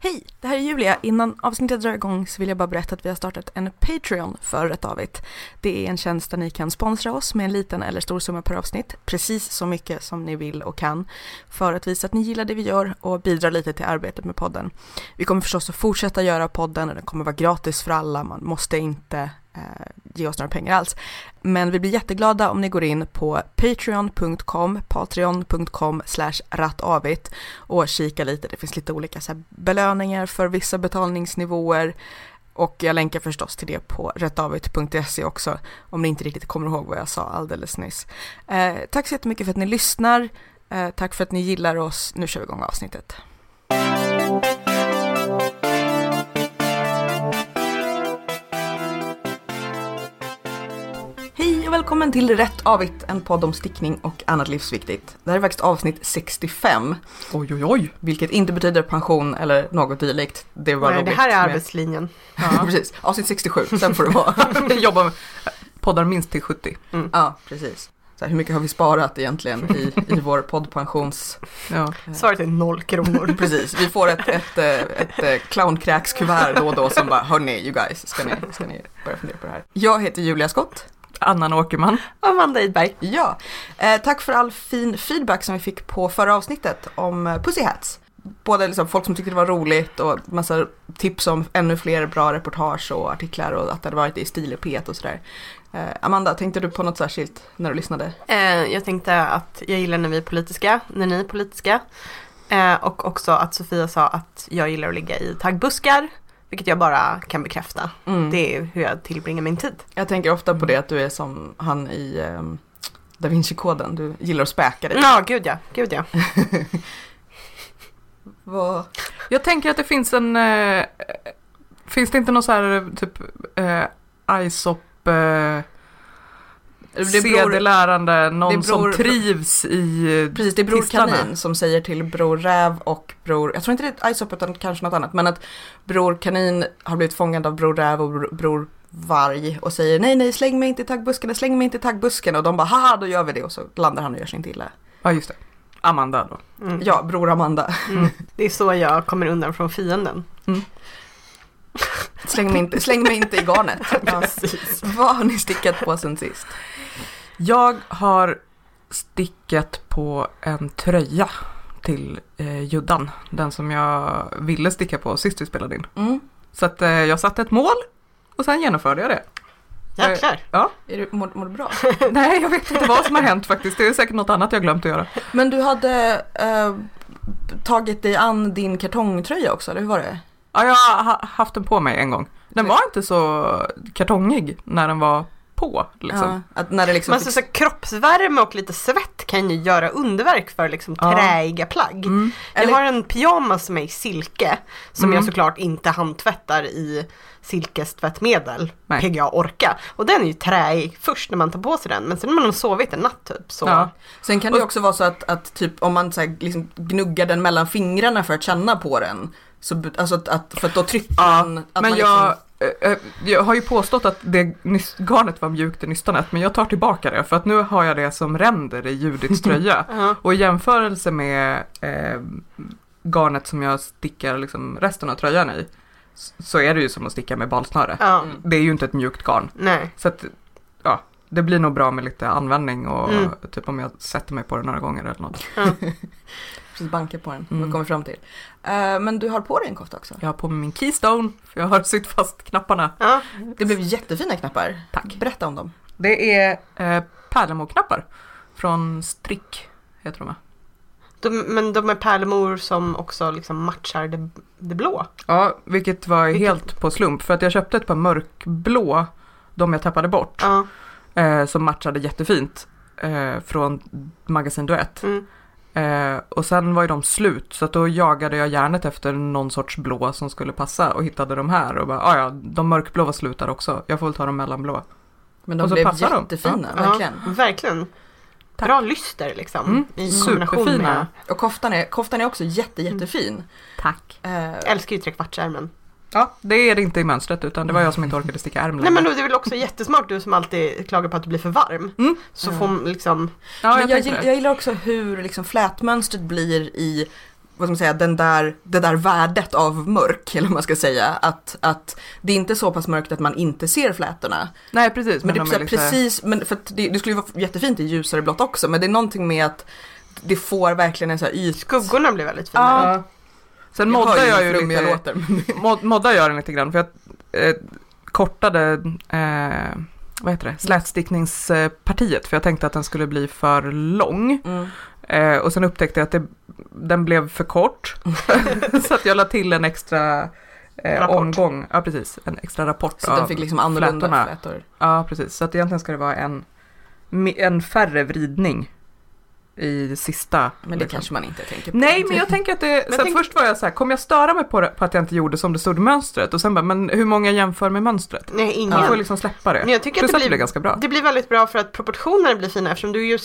Hej, det här är Julia. Innan avsnittet drar igång så vill jag bara berätta att vi har startat en Patreon för Rätt Avigt. Det är en tjänst där ni kan sponsra oss med en liten eller stor summa per avsnitt, precis så mycket som ni vill och kan, för att visa att ni gillar det vi gör och bidra lite till arbetet med podden. Vi kommer förstås att fortsätta göra podden och den kommer vara gratis för alla, man måste inte ge oss några pengar alls. Men vi blir jätteglada om ni går in på patreon.com/rattavigt och kika lite. Det finns lite olika så här belöningar för vissa betalningsnivåer och jag länkar förstås till det på rättavigt.se också om ni inte riktigt kommer ihåg vad jag sa alldeles nyss. Tack så jättemycket för att ni lyssnar. Tack för att ni gillar oss. Nu kör vi igång avsnittet. Hej och välkommen till Rätt Avigt, en podd om stickning och annat livsviktigt. Det här är faktiskt avsnitt 65. Oj. Vilket inte betyder pension eller något dylikt. Det var det här är arbetslinjen. Ja, precis. Avsnitt 67, sen får det vara. Jobbar med poddar minst till 70. Mm. Ja, precis. Så här, hur mycket har vi sparat egentligen i vår poddpensions... Ja. Svaret är 0 kronor. Precis, vi får ett clownkräkskuvert då och då som bara, hörni you guys, ska ni börja fundera på det här. Jag heter Julia Skott. Anna Åkerman. Amanda Idberg. Ja, tack för all fin feedback som vi fick på förra avsnittet om Pussy Hats. Både liksom folk som tyckte det var roligt och massa tips om ännu fler bra reportage och artiklar och att det hade varit i stilepet och sådär. Amanda, tänkte du på något särskilt när du lyssnade? Jag tänkte att jag gillar när vi är politiska, när ni är politiska. Och också att Sofia sa att jag gillar att ligga i taggbuskar. Vilket jag bara kan bekräfta. Det är hur jag tillbringar min tid. Jag tänker ofta på det att du är som han i Da Vinci-koden. Du gillar att späka dig. Ja, gud ja. Vad? Jag tänker att det finns en... finns det inte någon så här typ ISOP... sedelärande, någon som trivs i... Precis, det är Bror Kanin som säger till Bror Räv och Bror... Jag tror inte det är ISOP utan kanske något annat. Men att Bror Kanin har blivit fångad av Bror Räv och Bror Varg och säger nej, släng mig inte i taggbuskarna. Och de bara, haha, då gör vi det. Och så landar han och gör sin till det. Ja, just det. Amanda då. Ja, Bror Amanda. Det är så jag kommer undan från fienden. Släng mig inte i garnet. Vad har ni stickat på sen sist? Jag har stickat på en tröja till Juddan. Den som jag ville sticka på sist vi spelade in. Så att jag satte ett mål och sen genomförde jag det. Jäklar. Ja. Mår du bra? Nej, jag vet inte vad som har hänt faktiskt. Det är säkert något annat jag glömt att göra. Men du hade tagit dig an din kartongtröja också, eller hur var det? Ja, jag har haft den på mig en gång. Den var inte så kartongig när den var på. Liksom. Ja, att när det liksom men så kroppsvärme och lite svett kan ju göra underverk för liksom träiga plagg. Jag har en pyjamas som är i silke som jag såklart inte handtvättar i silkestvättmedel. PGA Orka. Och den är ju träig först när man tar på sig den. Men sen när man har sovit en natt typ. Så. Ja. Sen kan det också vara så att typ, om man så här, liksom gnuggar den mellan fingrarna för att känna på den. Så, alltså för att då trycker man... Att men man jag har ju påstått att garnet var mjukt i nystanet, men jag tar tillbaka det för att nu har jag det som ränder i Judiths tröja. Och i jämförelse med garnet som jag stickar liksom resten av tröjan i så är det ju som att sticka med balsnöre. Det är ju inte ett mjukt garn. Nej. Så att, ja, det blir nog bra med lite användning och typ om jag sätter mig på det några gånger eller något. Precis, banka på den. Vad kommer fram till. Men du har på dig en kofta också. Jag har på mig min Keystone för jag har sytt fast knapparna. Ja. Det blev jättefina knappar. Tack. Berätta om dem. Det är pärlemorknappar från Strick heter de. Men de är pärlemor som också liksom matchar det blå. Ja, vilket var helt på slump för att jag köpte ett par mörkblå, de jag tappade bort, som matchade jättefint från Magasin Duett. Och sen var ju de slut så att då jagade jag järnet efter någon sorts blå som skulle passa och hittade de här och bara, ja, de mörkblå var slut där också. Jag får väl ta de mellanblå. Men de blev jättefina, verkligen. Ja, verkligen. Tack. Bra lyster liksom. I kombination superfina. Och koftan är också jättefin. Tack. Älskar ju trekvartsärmen. Ja, det är det inte i mönstret utan det var jag som inte orkade sticka ärm. Nej, men det är väl också jättesmart, du som alltid klagar på att du blir för varm. Så får man liksom... Ja, men jag gillar också hur liksom flätmönstret blir i vad ska man säga, det där värdet av mörk, eller vad man ska säga, att det är inte så pass mörkt att man inte ser flätorna. Nej, precis. Men det är precis, men för att det skulle ju vara jättefint i ljusare blått också, men det är någonting med att det får verkligen en så här skuggorna blir väldigt fina. Ja. Sen moddar jag ju lite, moddar jag den lite grann, för jag kortade vad heter det? Slätstickningspartiet, för jag tänkte att den skulle bli för lång. Och sen upptäckte jag att den blev för kort. Så att jag la till en extra omgång. Ja, precis. En extra rapport. Så den fick liksom annorlunda flätor. Ja, precis. Så att egentligen ska det vara en färre vridning i sista. Men det kanske man inte tänker på. Nej, men jag tänker att först var jag så här, kom jag störa mig på att jag inte gjorde som det stod i mönstret, och sen bara, men hur många jämför med mönstret? Nej, ingen. Man får liksom släppa det. Men jag tycker att det blir ganska bra. Det blir väldigt bra för att proportionerna blir fina, eftersom du är ju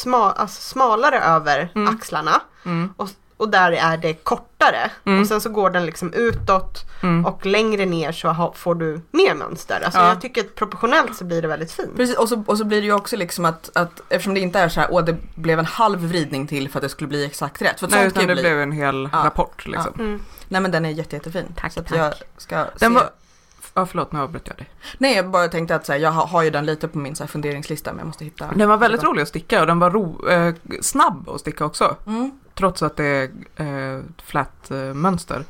smalare över axlarna och där är det kortare och sen så går den liksom utåt och längre ner så får du mer mönster. Alltså jag tycker att proportionellt så blir det väldigt fint. Precis, och så blir det ju också liksom att eftersom det inte är så här, det blev en halv vridning till för att det skulle bli exakt rätt. För nej, utan det blev en hel rapport liksom. Nej, men den är jättefin. Tack, så att tack. jag ska förlåt, nu avbröt jag dig. Nej, jag bara tänkte att så här, jag har ju den lite på min så här, funderingslista, men jag måste hitta. Den var väldigt rolig att sticka, och den var snabb att sticka också. Trots att det är flat mönster.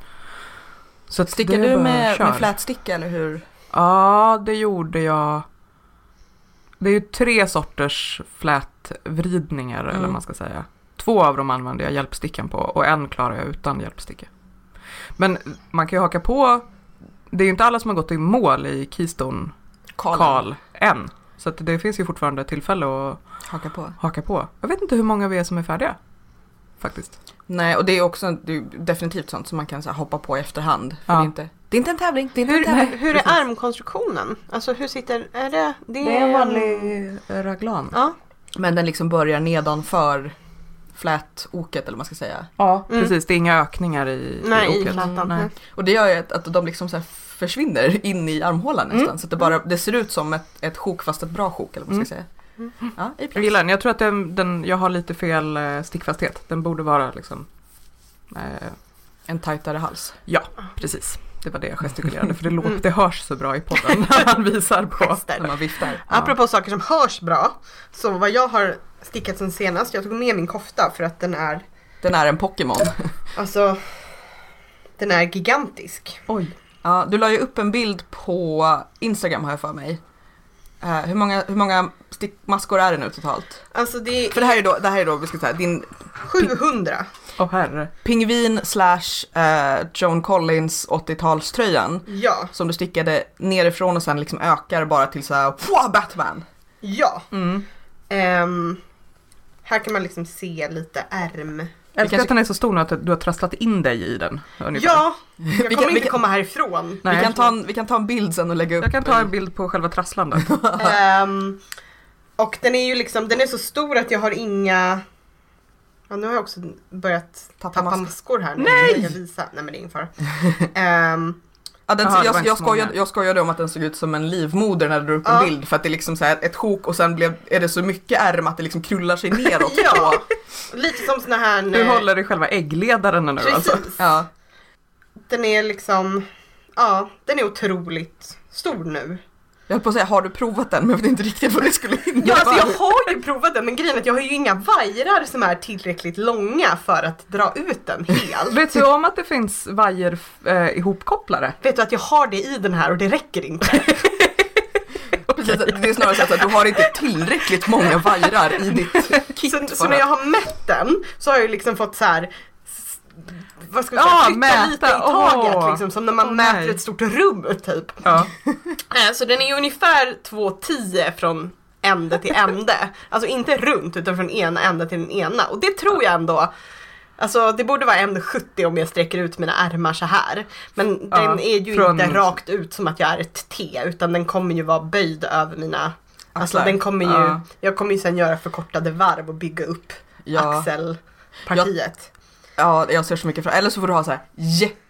Så stickar du med flätsticka, eller hur? Ja, det gjorde jag. Det är ju 3 sorters flätvridningar, eller man ska säga. 2 av dem använde jag hjälpstickan på, och en klarar jag utan hjälpsticka. Men man kan ju haka på. Det är ju inte alla som har gått i mål i Keystone Karl än. Så att det finns ju fortfarande tillfälle att haka på. Jag vet inte hur många vi är som är färdiga. Faktiskt. Nej, och det är definitivt sånt som man kan så här, hoppa på i efterhand. För det är inte en tävling. Hur är armkonstruktionen? Alltså hur sitter... Det är en vanlig raglan. Ja. Men den liksom börjar nedanför flätoket, eller vad man ska säga. Ja, precis. Det är inga ökningar i oket. I flätan. Nej. Och det gör ju att de liksom så här försvinner in i armhålan nästan. Så att det ser ut som ett sjok, fast ett bra sjok, eller vad man ska säga. Ja, jag gillar den. Jag tror att jag har lite fel stickfasthet. Den borde vara liksom en tajtare hals. Ja, precis. Det var det jag gestikulerade, för det hörs så bra i podden när han visar på när man viftar. Apropå saker som hörs bra, så vad jag har stickat sen senast, jag tog med min kofta för att den är en Pokémon. Alltså, den är gigantisk. Oj. Ja, du la ju upp en bild på Instagram, har jag för mig. Hur många stickmaskor är det nu totalt? Alltså för det här är då vi ska säga din 700. Herre. Pingvin / Joan Collins 80-talströjan. Ja. Som du stickade nerifrån och sen liksom ökar bara till så här, Batman. Ja. Här kan man liksom se lite ärm. Jag älskar att den är så stor nu att du har trasslat in dig i den. Ungefär. Ja, jag kommer inte komma härifrån. Nej. Vi kan ta en bild sen och lägga upp. Jag kan ta en bild på själva trasslandet. Och den är ju liksom, den är så stor att jag har inga... Ja, nu har jag också börjat tappa maskor här. Nej! Jag visa. Nej, men det är ingen fara. Jag skojade om att den såg ut som en livmoder när du drog upp en bild, för att det är liksom så här ett sjok och sen är det så mycket ärm att det liksom krullar sig neråt. Ja, lite som såna här... Du håller i själva äggledaren nu. Precis. Alltså. Ja. Den är liksom... Ja, den är otroligt stor nu. Jag höll på att säga, har du provat den? Men jag vet inte riktigt vad det skulle innebära. Ja, alltså jag har ju provat den, men grejen är att jag har ju inga vajrar som är tillräckligt långa för att dra ut den helt. Vet du om att det finns vajer ihopkopplare? Vet du att jag har det i den här och det räcker inte? Precis, det är snarare så att du har inte tillräckligt många vajrar i ditt kit. Så när jag har mätt den så har jag ju liksom fått så här... Vad ska jag säga, flytta lite i taget liksom, som när man mäter ett stort rum typ. Ja. Så den är ju ungefär 2,10 från ände till ände. Alltså inte runt, utan från ena ände till den ena. Och det tror jag ändå, alltså det borde vara 1,70 om jag sträcker ut mina ärmar så här. Men den är ju inte rakt ut som att jag är ett T, utan den kommer ju vara böjd över mina... Alltså den kommer ju, jag kommer ju sen göra förkortade varv och bygga upp axelpartiet. Ja, jag ser så mycket fram. Eller så får du ha så här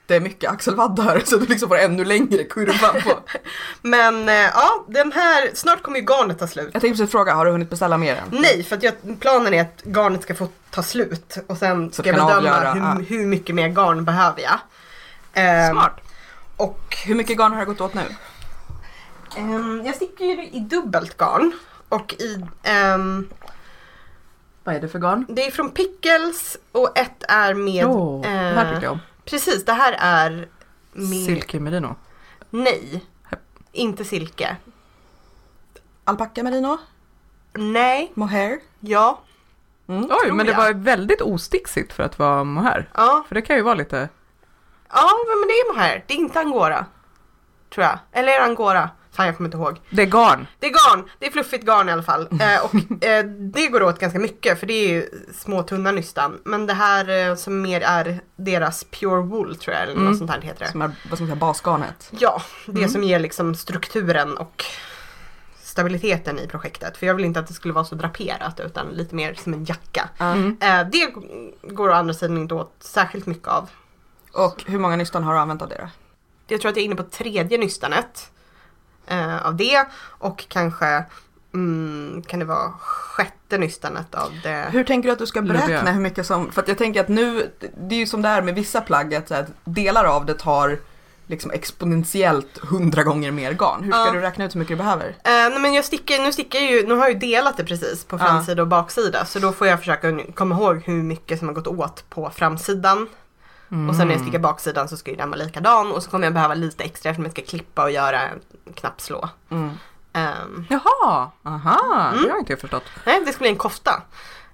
jättemycket axelvaddar så du liksom får ännu längre kurvan på. Men den här, snart kommer ju garnet ta slut. Jag tänkte precis fråga, har du hunnit beställa mer än? Nej, för att planen är att garnet ska få ta slut och sen ska jag bedöma hur mycket mer garn behöver jag. Smart. Och hur mycket garn har det gått åt nu? Jag sticker ju i dubbelt garn och i... vad är det för garn? Det är från Pickles och ett är med... det här tyckte jag om. Precis, det här är med... Silke merino? Nej, inte silke. Alpacka merino? Nej. Mohair? Ja. Oj, men det var väldigt osticksigt för att vara mohair. Ja. För det kan ju vara lite... Ja, men det är mohair. Det är inte angora. Tror jag. Eller är det angora? Fan, jag kommer inte ihåg. Det är garn. Det är garn. Det är fluffigt garn i alla fall. Det går åt ganska mycket för det är ju små tunna nystan. Men det här som mer är deras pure wool tror jag. Eller något sånt här heter det. Som är, vad ska man säga, basgarnet. Ja, det som ger liksom strukturen och stabiliteten i projektet. För jag vill inte att det skulle vara så draperat utan lite mer som en jacka. Det går å andra sidan inte åt särskilt mycket av. Och hur många nystan har du använt av det då? Jag tror att jag är inne på 3:e nystanet av det. Och kanske kan det vara 6:e nystanet av det. Hur tänker du att du ska beräkna hur mycket som... För att jag tänker att nu, det är ju som det är med vissa plagg att så här, delar av det tar liksom exponentiellt 100 gånger mer garn. Hur ska du räkna ut hur mycket du behöver? Nej, men nu har jag ju delat det precis på framsida och baksida. Så då får jag försöka komma ihåg hur mycket som har gått åt på framsidan. Och sen när jag stickar baksidan så ska ju den vara likadan. Och så kommer jag behöva lite extra eftersom jag ska klippa och göra en knappslå. Jaha, aha, det har inte jag förstått. Nej, det ska bli en kofta.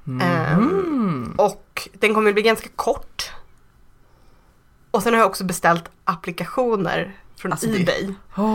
Och den kommer bli ganska kort. Och sen har jag också beställt applikationer från eBay.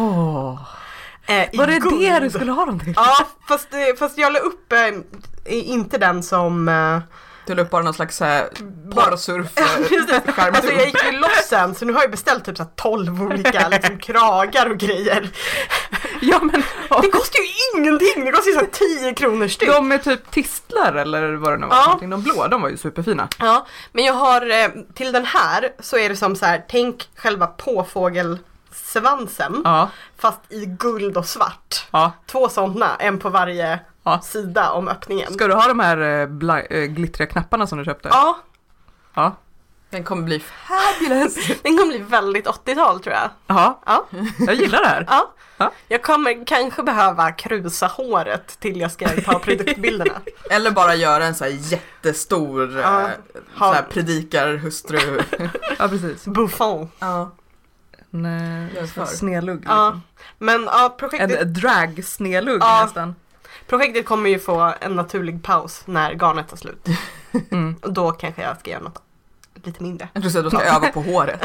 Var det det du skulle ha dem till? Ja, fast jag la upp inte den som... Du la upp bara någon slags porrsurf-skärm. Alltså jag gick ju loss sen, så nu har jag beställt typ så 12 olika liksom, kragar och grejer. Ja, men... Det kostar ju ingenting, det kostar ju så 10 kronor styck. De är typ tistlar eller vad det nu var, någonting. De blå, de var ju superfina. Ja, men jag har till den här så är det som så här, tänk själva påfågelsvansen fast i guld och svart. 2 sådana, en på varje sida om öppningen. Ska du ha de här glittriga knapparna som du köpte? Ja. Den kommer bli fabulous. Den kommer bli väldigt 80-tal tror jag. Ja. Jag gillar det här. Ja. Jag kommer kanske behöva krusa håret till jag ska ta produktbilderna. Eller bara göra en så här jättestor så här predikarhustru. Ja, precis. Buffon. Nej, snedlugg. Liksom. Men projektet... En drag-snedlugg nästan. Projektet kommer ju få en naturlig paus när garnet tar slut. Och då kanske jag ska göra något lite mindre. Jag tror att du ska öva på håret.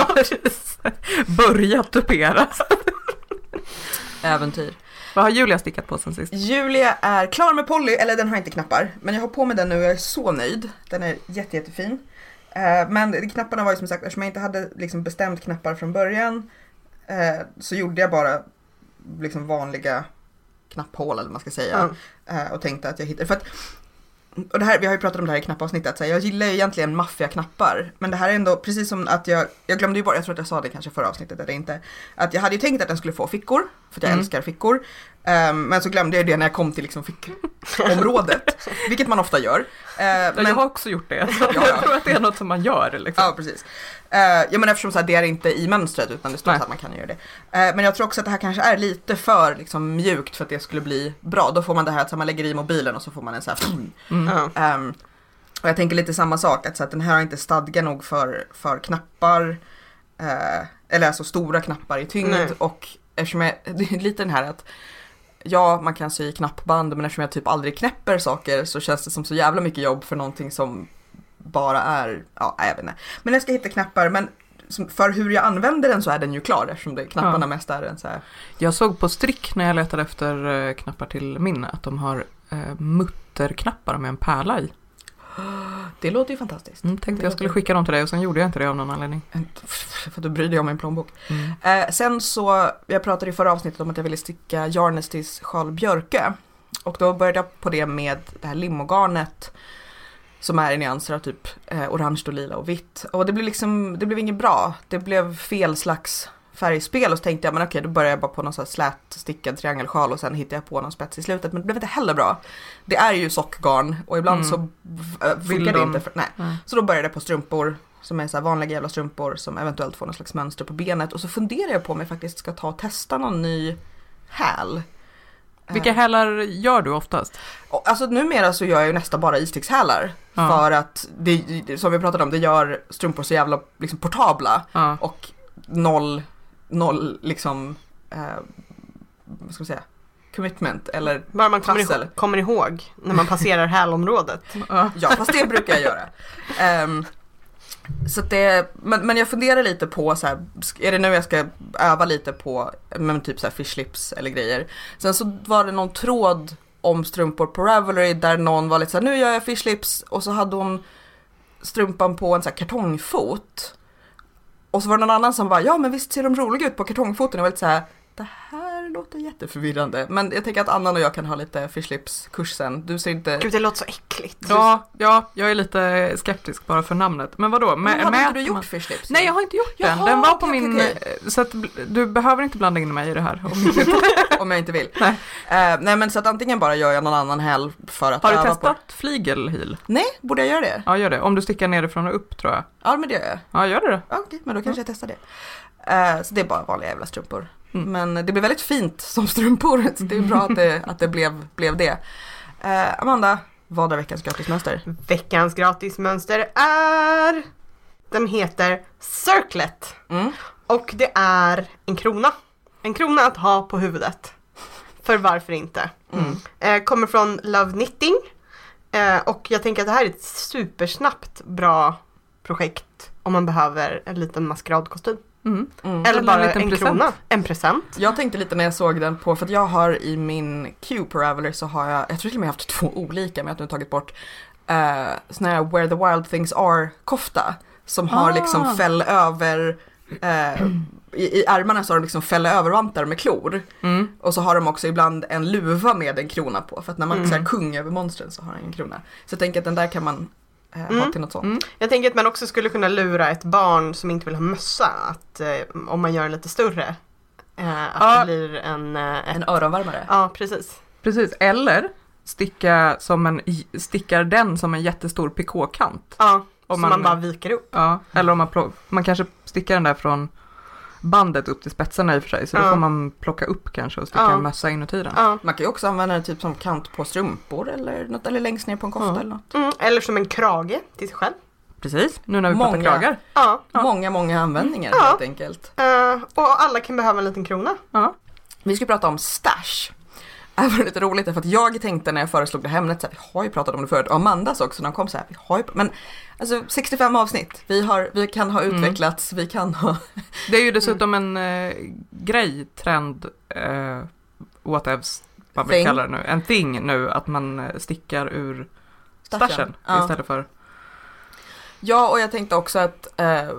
Börja tupera. Äventyr. Vad har Julia stickat på sen sist? Julia är klar med Polly, eller den har inte knappar. Men jag har på med den nu och jag är så nöjd. Den är jättefin. Men knapparna var ju som sagt, eftersom jag inte hade liksom bestämt knappar från början så gjorde jag bara liksom vanliga knapphål eller vad man ska säga. Och tänkte att jag hittade, för att, och det här, vi har ju pratat om det här i knappavsnittet, så jag gillar ju egentligen maffiga knappar, men det här är ändå precis som att jag glömde ju bort, jag tror att jag sa det kanske förra avsnittet eller inte, att jag hade ju tänkt att den skulle få fickor, för att jag älskar fickor, men så glömde jag det när jag kom till liksom fickområdet, vilket man ofta gör. Men jag har också gjort det, så jag tror att det är något som man gör. Liksom. Ja, precis. Ja, men eftersom så här, det är inte i mönstret utan det står så att man kan göra det. Men jag tror också att det här kanske är lite för liksom, mjukt för att det skulle bli bra. Då får man det här att man lägger i mobilen och så får man en så här... och jag tänker lite samma sak, att, så att den här har inte stadga nog för knappar, eller alltså stora knappar i tyngd. Och eftersom det är lite den här att man kan sy i knappband, men eftersom jag typ aldrig knäpper saker så känns det som så jävla mycket jobb för någonting som bara är, jag vet inte. Men jag ska hitta knappar, men för hur jag använder den så är den ju klar, eftersom knapparna mest är en så här. Jag såg på Strick när jag letade efter knappar till min att de har mutterknappar med en pärla i. Det låter ju fantastiskt. Tänkte jag skulle skicka dem till dig och sen gjorde jag inte det av någon anledning. För att du bryr dig om min plånbok. Sen så, jag pratade i förra avsnittet om att jag ville sticka Yarnestis sjal Björke. Och då började jag på det med det här limogarnet. som är i nyanser av typ orange och lila och vitt. Och det blev inget bra. Det blev fel slags färgspel och så tänkte jag, men okej, då börjar jag bara på någon sån här slät stickad triangelsjal och sen hittar jag på någon spets i slutet, men det blev inte heller bra. Det är ju sockgarn och ibland så funkar det inte. Så då började jag på strumpor som är så här vanliga jävla strumpor som eventuellt får någon slags mönster på benet, och så funderar jag på om jag faktiskt ska ta och testa någon ny häl. Vilka hälar gör du oftast? Alltså numera så gör jag ju nästan bara istickshälar. För att det, som vi pratade om, det gör strumpor så jävla liksom portabla. Och noll liksom vad ska man säga, commitment eller bara man kommer ihåg när man passerar hälområdet. Ja, fast det brukar jag göra. Så det, men jag funderar lite på så här, är det nu jag ska öva lite på men typ så här fish lips eller grejer. Sen så var det någon tråd om strumpor på Ravelry där någon var lite så här, nu gör jag fish lips, och så hade hon strumpan på en så här kartongfot. Och så var det någon annan som bara, ja men visst ser de roliga ut på kartongfoten. Och jag var lite så här, det här låter jätteförvirrande. Men jag tänker att Anna och jag kan ha lite fish lips kurs sen. Du ser inte... Gud, det låter så äckligt. Ja, jag är lite skeptisk bara för namnet. Men vadå? Men har inte du gjort fish lips? Nej, jag har inte gjort den. Den var på min... Så att du behöver inte blanda in mig i det här. Om jag inte vill. Nej, men så att antingen bara gör jag någon annan häl för att... Har du testat flygelhil? Nej, borde jag göra det? Ja, gör det. Om du stickar nerifrån och upp, tror jag. Ja, men det gör jag. Ja, gör det. Okej, men då kanske jag testar det. Så det är bara vanliga jävla strumpor. Men det blev väldigt fint som strumpor. Så det är bra att det blev det. Amanda, vad är veckans gratismönster? Veckans gratismönster är... Den heter Circlet. Och det är en krona. En krona att ha på huvudet. För varför inte? Kommer från Love Knitting. Och jag tänker att det här är ett supersnabbt bra projekt om man behöver en liten maskeradkostym. Eller bara en krona. En present. Jag tänkte lite när jag såg den på, för att jag har i min queue på Ravelry så har jag tror till och med haft 2 olika, men jag har nu tagit bort såna här Where the Wild Things Are kofta som har liksom fäll över i ärmarna så har de liksom fälla övervantar med klor. Och så har de också ibland en luva med en krona på, för att när man säger kung över monstren så har han en krona. Så jag tänker att den där kan man ha till något sånt. Jag tänker att man också skulle kunna lura ett barn som inte vill ha mössa, att om man gör den lite större att det blir en öronvärmare. Ja, precis. Precis, eller stickar den som en jättestor pikåkant. Ja, om man bara viker upp. Ja, eller om man kanske stickar den där från bandet upp till spetsarna i och för sig, så då får man plocka upp kanske och sticka en mössa inuti den. Man kan ju också använda den typ som kant på strumpor eller något, eller längst ner på en kofta eller något. Eller som en krage till sig själv. Precis, nu när vi pratar kragar. Många användningar helt enkelt. Och alla kan behöva en liten krona. Vi ska prata om stash. Det var lite roligt för att jag tänkte när jag föreslog det här ämnet så här, vi har ju pratat om det förut, och Amandas också när de kom så här, vi har ju, men alltså 65 avsnitt, vi kan ha utvecklats, vi kan ha... Det är ju dessutom en trend, whatevs, vad vi kallar det nu, en thing nu, att man stickar ur stashen istället för... Ja, och jag tänkte också att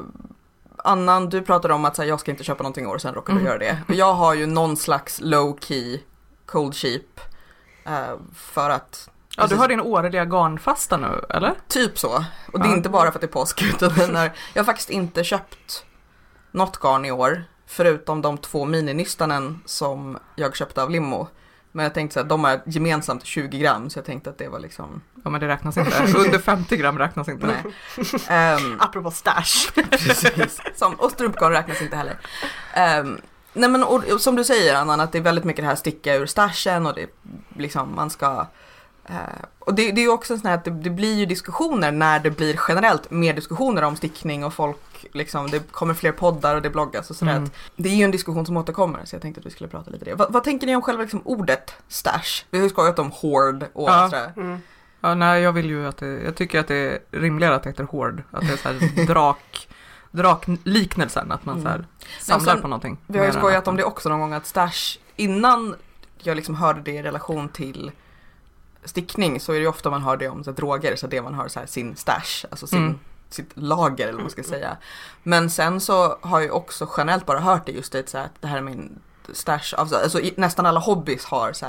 Annan, du pratade om att så här, jag ska inte köpa någonting i år, sen råkar du göra det. Och jag har ju någon slags low-key cold sheep för att... Ja, du har din årliga garnfasta nu, eller? Typ så. Och det är inte bara för att det är påsk, utan jag har faktiskt inte köpt något garn i år, förutom de 2 mininystanen som jag köpte av Limo. Men jag tänkte så att de är gemensamt 20 gram, så jag tänkte att det var liksom... Ja, men det räknas inte. Under 50 gram räknas inte. Nej. Apropå stash. Precis. Och strumpgarn räknas inte heller. Nej, men och som du säger, Anna, att det är väldigt mycket det här sticka ur stashen, och det liksom man ska... och det är ju också en sån här att det blir ju diskussioner när det blir generellt mer diskussioner om stickning, och folk liksom, det kommer fler poddar och det bloggas och sådär. Det är ju en diskussion som återkommer, så jag tänkte att vi skulle prata lite om det. Vad tänker ni om själva liksom ordet stash? Vi har ju skojat om hoard och sådär. Ja, nej, jag vill ju att jag tycker att det är rimligare att det heter hoard, att det är så här drakliknelsen, att man så här samlar på någonting. Vi har ju skojat om det också någon gång, att stash, innan jag liksom hörde det i relation till stickning, så är det ju ofta man hör det om så här, droger, så det man hör så här, sin stash, alltså sitt lager eller vad man ska säga. Men sen så har jag också generellt bara hört det just det, så här, att det här är min stash, alltså nästan alla hobbys har så här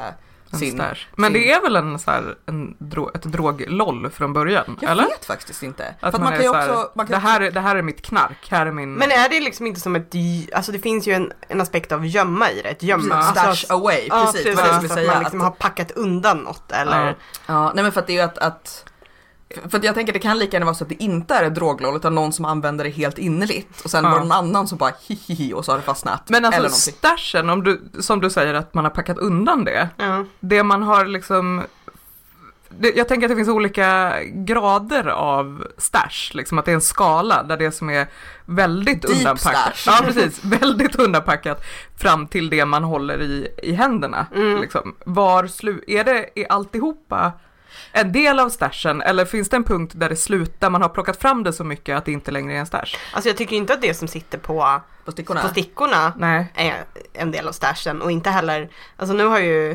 sin stash. Men det är väl ett drog-LOL från början, eller? Jag vet faktiskt inte. Att för man kan ju också... Det här är mitt knark, här är min... Men är det liksom inte som ett... Alltså det finns ju en aspekt av gömma i det. Ett gömma. Stash away, precis. Vad jag skulle säga. Att man liksom har packat undan något, eller... Ja, nej men för att det är ju att för att jag tänker att det kan lika gärna vara så att det inte är ett drog-LOL utan någon som använder det helt innerligt och sen var någon annan som bara hihihi och så har det fastnat. Men alltså stashen, som du säger att man har packat undan det. Det man har liksom... Jag tänker att det finns olika grader av stash, liksom att det är en skala där det som är väldigt deep undanpackat. Stash. Ja, precis. Väldigt undanpackat fram till det man håller i händerna. Liksom. Är alltihopa en del av stashen eller finns det en punkt där det slutar, man har plockat fram det så mycket att det inte längre är en stash? Alltså jag tycker inte att det som sitter på stickorna är en del av stashen och inte heller, alltså nu har ju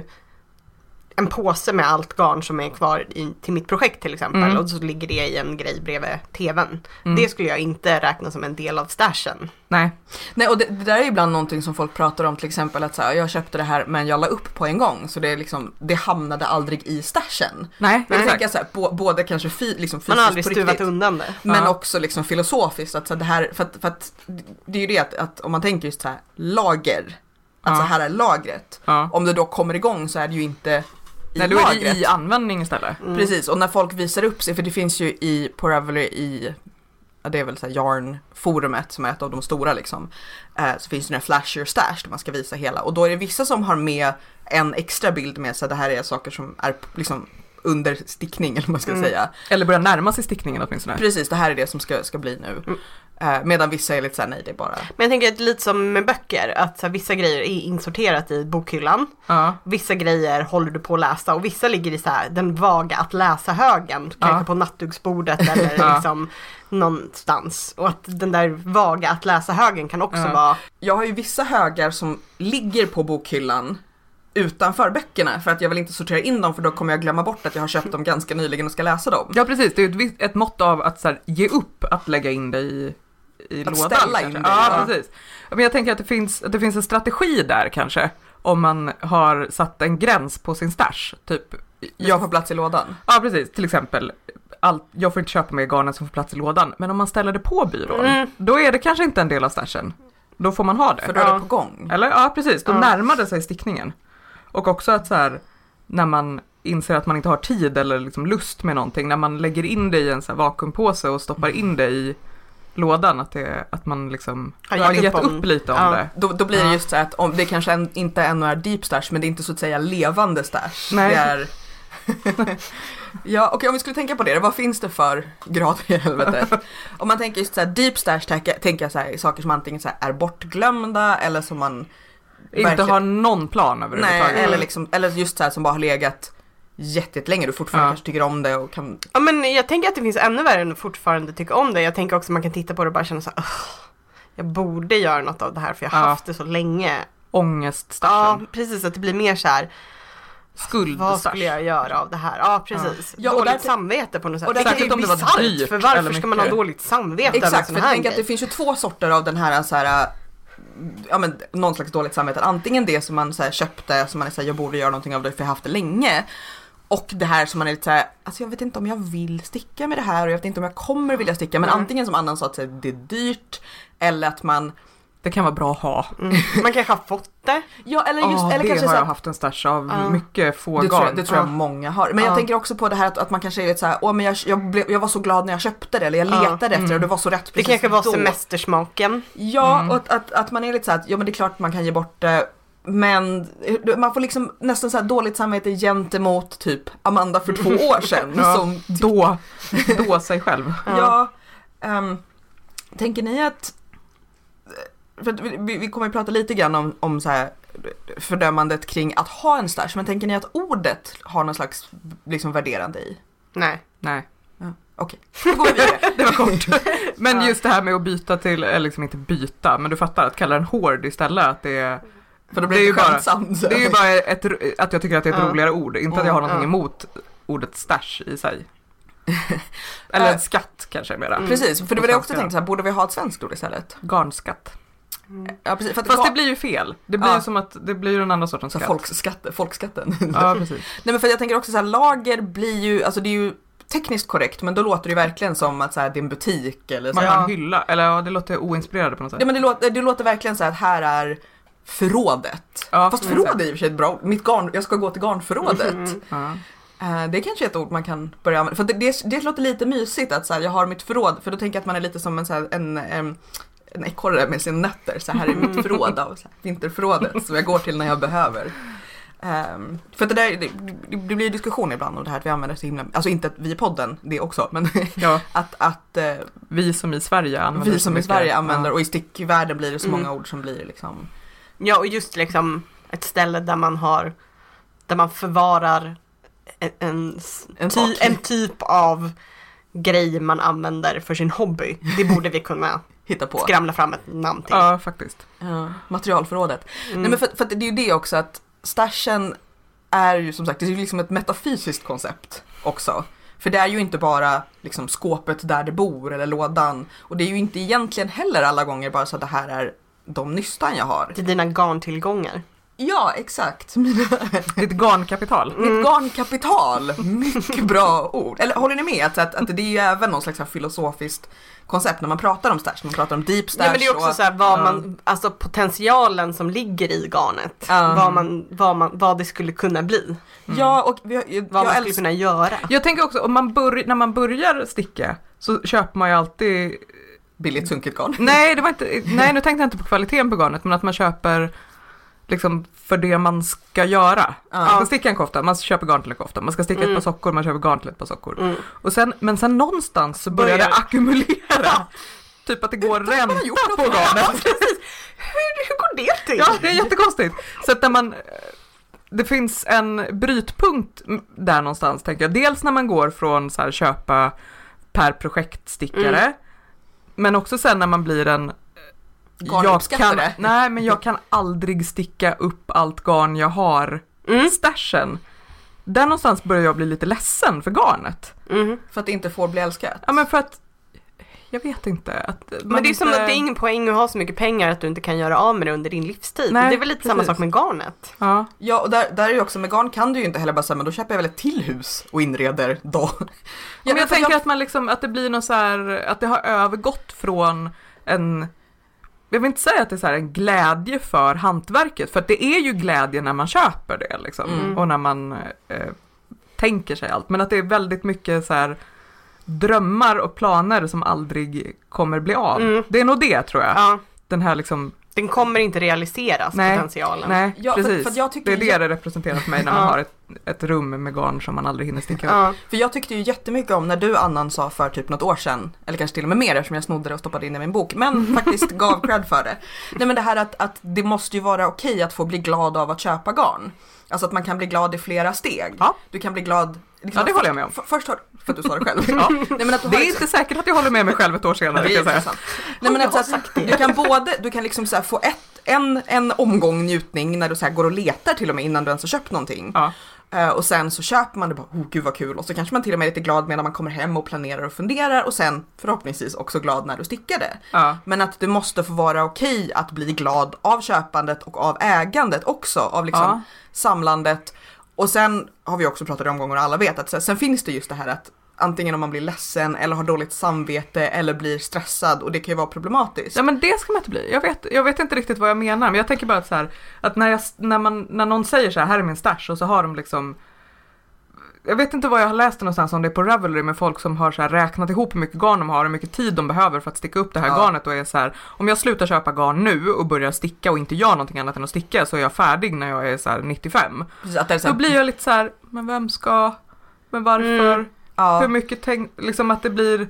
en påse med allt garn som är kvar till mitt projekt till exempel och så ligger det i en grej bredvid tvn. Det skulle jag inte räkna som en del av stashen. Nej, och det där är ibland någonting som folk pratar om, till exempel att så här, jag köpte det här men jag la upp på en gång så det är liksom, det hamnade aldrig i stashen. Nej, men jag tänker så här, både kanske liksom fysiskt, man har aldrig stuvat undan det. Men också liksom filosofiskt att så här, det här, för att det är ju det att om man tänker just så här lager, att så här är lagret. Om det då kommer igång så är det ju inte Nej, då är det i användning istället. Precis, och när folk visar upp sig, för det finns ju på Ravelry det är väl så här Yarn-forumet som är ett av de stora liksom, så finns det den här Flash Your Stash där man ska visa hela, och då är det vissa som har med en extra bild med så det här är saker som är liksom under stickning eller vad man ska säga. Eller börjar närma sig stickningen åtminstone. Precis, det här är det som ska bli nu. Medan vissa är lite såhär, nej det är bara... Men jag tänker att lite som med böcker, att så här, vissa grejer är insorterat i bokhyllan. Vissa grejer håller du på att läsa och vissa ligger i så här, den vaga att läsa-högen. Kanske på nattduksbordet eller liksom någonstans. Och att den där vaga att läsa-högen kan också vara... Jag har ju vissa högar som ligger på bokhyllan utanför böckerna för att jag vill inte sortera in dem för då kommer jag glömma bort att jag har köpt dem ganska nyligen och ska läsa dem. Ja precis, det är ett mått av att så här, ge upp att lägga in det i att lådan. Ställa in det. Ja, precis. Men jag tänker att det finns en strategi där kanske om man har satt en gräns på sin stash. Typ, jag får plats i lådan. Ja precis, till exempel jag får inte köpa mer garnen som får plats i lådan, men om man ställer det på byrån då är det kanske inte en del av stashen. Då får man ha det. För då är det på gång. Eller? Ja precis, då närmar det sig stickningen. Och också att så här, när man inser att man inte har tid eller liksom lust med någonting, när man lägger in det i en så här vakuumpåse och stoppar in det i lådan, att man liksom har gett upp lite om det. Då blir det just så att om det kanske inte ännu är deep stash, men det är inte så att säga levande stash. Nej. Det är... Ja, okej, om vi skulle tänka på det, vad finns det för grader i helvetet? Om man tänker just så här deep stash, tänker jag så här saker som antingen så här är bortglömda eller som man inte har någon plan överhuvudtaget. Eller just så här som bara har legat jättelänge, du fortfarande kanske tycker om det och kan... Ja, men jag tänker att det finns ännu värre än att fortfarande tycka om det. Jag tänker också att man kan titta på det och bara känna så här, jag borde göra något av det här för jag har haft det så länge. Ångeststaschen. Ja, precis, att det blir mer så här skuldstash. Vad skulle jag göra av det här? Ja, precis. Ja, dåligt samvete på något sätt. Och det säkert om det var dyrt. För varför ska man ha dåligt samvete? Exakt, för jag tänker att det finns ju två sorter av den här så här, ja men någon slags dåligt samvete. Antingen det som man så här, köpte, som man är så här, jag borde göra någonting av det för jag har haft det länge. Och det här som man är lite så här, alltså jag vet inte om jag vill sticka med det här och jag vet inte om jag kommer vilja sticka. Men antingen som annan sa att det är dyrt eller att man... Det kan vara bra att ha. Man kanske har fått det. Ja, eller just eller det kanske har så jag haft en stash av mycket få garn. Det tror jag många har. Men jag tänker också på det här att man kanske är lite så här, men jag var så glad när jag köpte det eller jag letade efter det och det var så rätt. Det kanske var semestersmaken. Ja, och att man är lite så här, ja men det är klart man kan ge bort det. Men man får liksom nästan så här dåligt samvete gentemot typ Amanda för 2 år sedan. Som då sig själv. Ja, tänker ni att, för att vi kommer att prata lite grann om så här fördömandet kring att ha en stash, men tänker ni att ordet har någon slags liksom värderande i? Nej. Ja, okej. Då går vi vidare. Det var kort. Men just det här med att byta till, eller liksom inte byta, men du fattar att kalla den hård istället, att det är... För då blir det ju skämtsamt. Det är ju bara att jag tycker att det är ett roligare ord. Inte att jag har någonting emot ordet stash i sig. Eller en skatt kanske mera. Precis, för det var det jag också tänkte så här, borde vi ha ett svenskt ord istället? Garnskatt. Ja, precis. Fast det blir ju fel. Det blir ju som att det blir den andra sortens skatt. Folkskatten. Ja, precis. Nej, men för jag tänker också så här, lager blir ju, alltså det är ju tekniskt korrekt, men då låter det ju verkligen som att så här, det är en butik eller så. Man har en hylla, eller det låter oinspirerande på något sätt. Ja, men det låter verkligen så här att här är förrådet. Ja, fast förråd är i och för sig ett bra, jag ska gå till garnförrådet. Det är kanske ett ord man kan börja använda. För det låter lite mysigt att så här, jag har mitt förråd, för då tänker jag att man är lite som en ekorre med sina nötter. Så här är mitt förråd av så här, vinterförrådet som jag går till när jag behöver. För det blir diskussion ibland om det här att vi använder så himla, alltså inte att vi i podden, det också, men att vi som i Sverige använder och i stickvärlden blir det så många ord som blir liksom. Ja, och just liksom ett ställe där man förvarar en typ av grej man använder för sin hobby. Det borde vi kunna hitta på. Skramla fram ett namn till. Ja, faktiskt. Materialförrådet. Nej, men för det är ju det också att stashen är ju som sagt, det är ju liksom ett metafysiskt koncept också. För det är ju inte bara liksom skåpet där det bor eller lådan. Och det är ju inte egentligen heller alla gånger bara så att det här är de nystan jag har. Det är dina garntillgångar. Ja, exakt. Ditt garnkapital. Mitt garnkapital. Mycket bra ord. Eller håller ni med att det är ju även någon slags filosofiskt koncept när man pratar om stash. Man pratar om deep stash. Ja, men det är också så här alltså potentialen som ligger i garnet. Vad det skulle kunna bli. Ja, och vad man skulle kunna göra. Jag tänker också, när man börjar sticka så köper man ju alltid billigt sunkigt garn. Nej, nu tänkte jag inte på kvaliteten på garnet, men att man köper liksom för det man ska göra. Man ska sticka en kofta, man köper garn till en kofta. Man ska sticka ett par sockor, man köper garn till ett par sockor. Och men sen någonstans så börjar det ackumulera. Typ att det går ränta på garnet. Hur går det till? Ja, det är jättekonstigt. Så att det finns en brytpunkt där någonstans, tänker jag. Dels när man går från så här, köpa per projektstickare, men också sen när man blir en jag kan aldrig sticka upp allt garn jag har stashen. Där någonstans börjar jag bli lite ledsen för garnet. För att det inte får bli älskat. Ja, men för att jag vet inte. Men det är som att det är ingen poäng att ha så mycket pengar att du inte kan göra av med det under din livstid. Nej, det är väl lite samma sak med garnet. Ja, och där är ju också med garn kan du ju inte heller bara säga, men då köper jag väl ett till hus och inreder då. Men jag tänker att man liksom, att det blir något så här, att det har övergått från jag vill inte säga att det är så här en glädje för hantverket, för att det är ju glädje när man köper det liksom, och när man tänker sig allt, men att det är väldigt mycket så här drömmar och planer som aldrig kommer bli av. Det är nog det, tror jag. Ja. Den här liksom... Den kommer inte realiseras, potentialen. Nej, precis. För jag tycker det är det representerar för mig när man har ett rum med garn som man aldrig hinner sticka upp. För jag tyckte ju jättemycket om när du, Annan, sa för typ något år sedan, eller kanske till och med mer eftersom jag snodde det och stoppade in i min bok, men faktiskt gav cred för det. Nej, men det här att det måste ju vara okej att få bli glad av att köpa garn. Alltså att man kan bli glad i flera steg. Ja. Du kan bli glad... Liksom, det håller jag med om. Först för att du sa det själv. Nej, men att det är inte säkert att jag håller med mig själv ett år senare. Det är sant. Nej, men att du kan liksom så här få en omgång njutning när du så här går och letar till och med innan du ens har köpt någonting. Ja. Och sen så köper man det bara, gud vad kul. Och så kanske man till och med är lite glad när man kommer hem och planerar och funderar. Och sen förhoppningsvis också glad när du stickar det. Ja. Men att det måste få vara okej att bli glad av köpandet och av ägandet också. Av liksom samlandet. Och sen har vi också pratat om gånger och alla vet att sen finns det just det här att antingen om man blir ledsen eller har dåligt samvete eller blir stressad, och det kan ju vara problematiskt. Ja, men det ska man inte bli. Jag vet inte riktigt vad jag menar, men jag tänker bara att så här, att när någon säger så här är min stash, och så har de liksom, jag vet inte vad jag har läst någonstans om det på Ravelry med folk som har så här räknat ihop hur mycket garn de har och hur mycket tid de behöver för att sticka upp det här garnet, och är så här, om jag slutar köpa garn nu och börjar sticka och inte gör någonting annat än att sticka, så är jag färdig när jag är så här 95. Precis, då blir jag lite så här, men varför? Hur mycket liksom att det blir,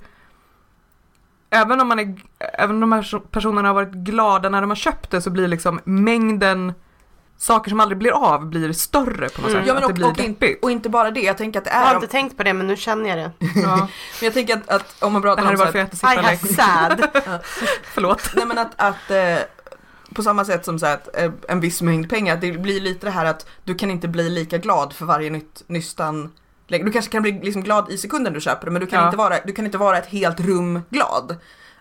även om de här personerna har varit glada när de har köpt det, så blir liksom mängden saker som aldrig blir av blir större på något sätt. Ja, men att det blir deppigt. Och inte bara det, jag tänker att det är... Jag har inte tänkt på det, men nu känner jag det. Ja. Men jag tänker att om man pratar om... Det här är varför jag äter sad. Förlåt. Nej, men att på samma sätt som så att en viss mängd pengar, det blir lite det här att du kan inte bli lika glad för varje nystan. Du kanske kan bli liksom glad i sekunden du köper det, men du kan inte vara ett helt rum glad.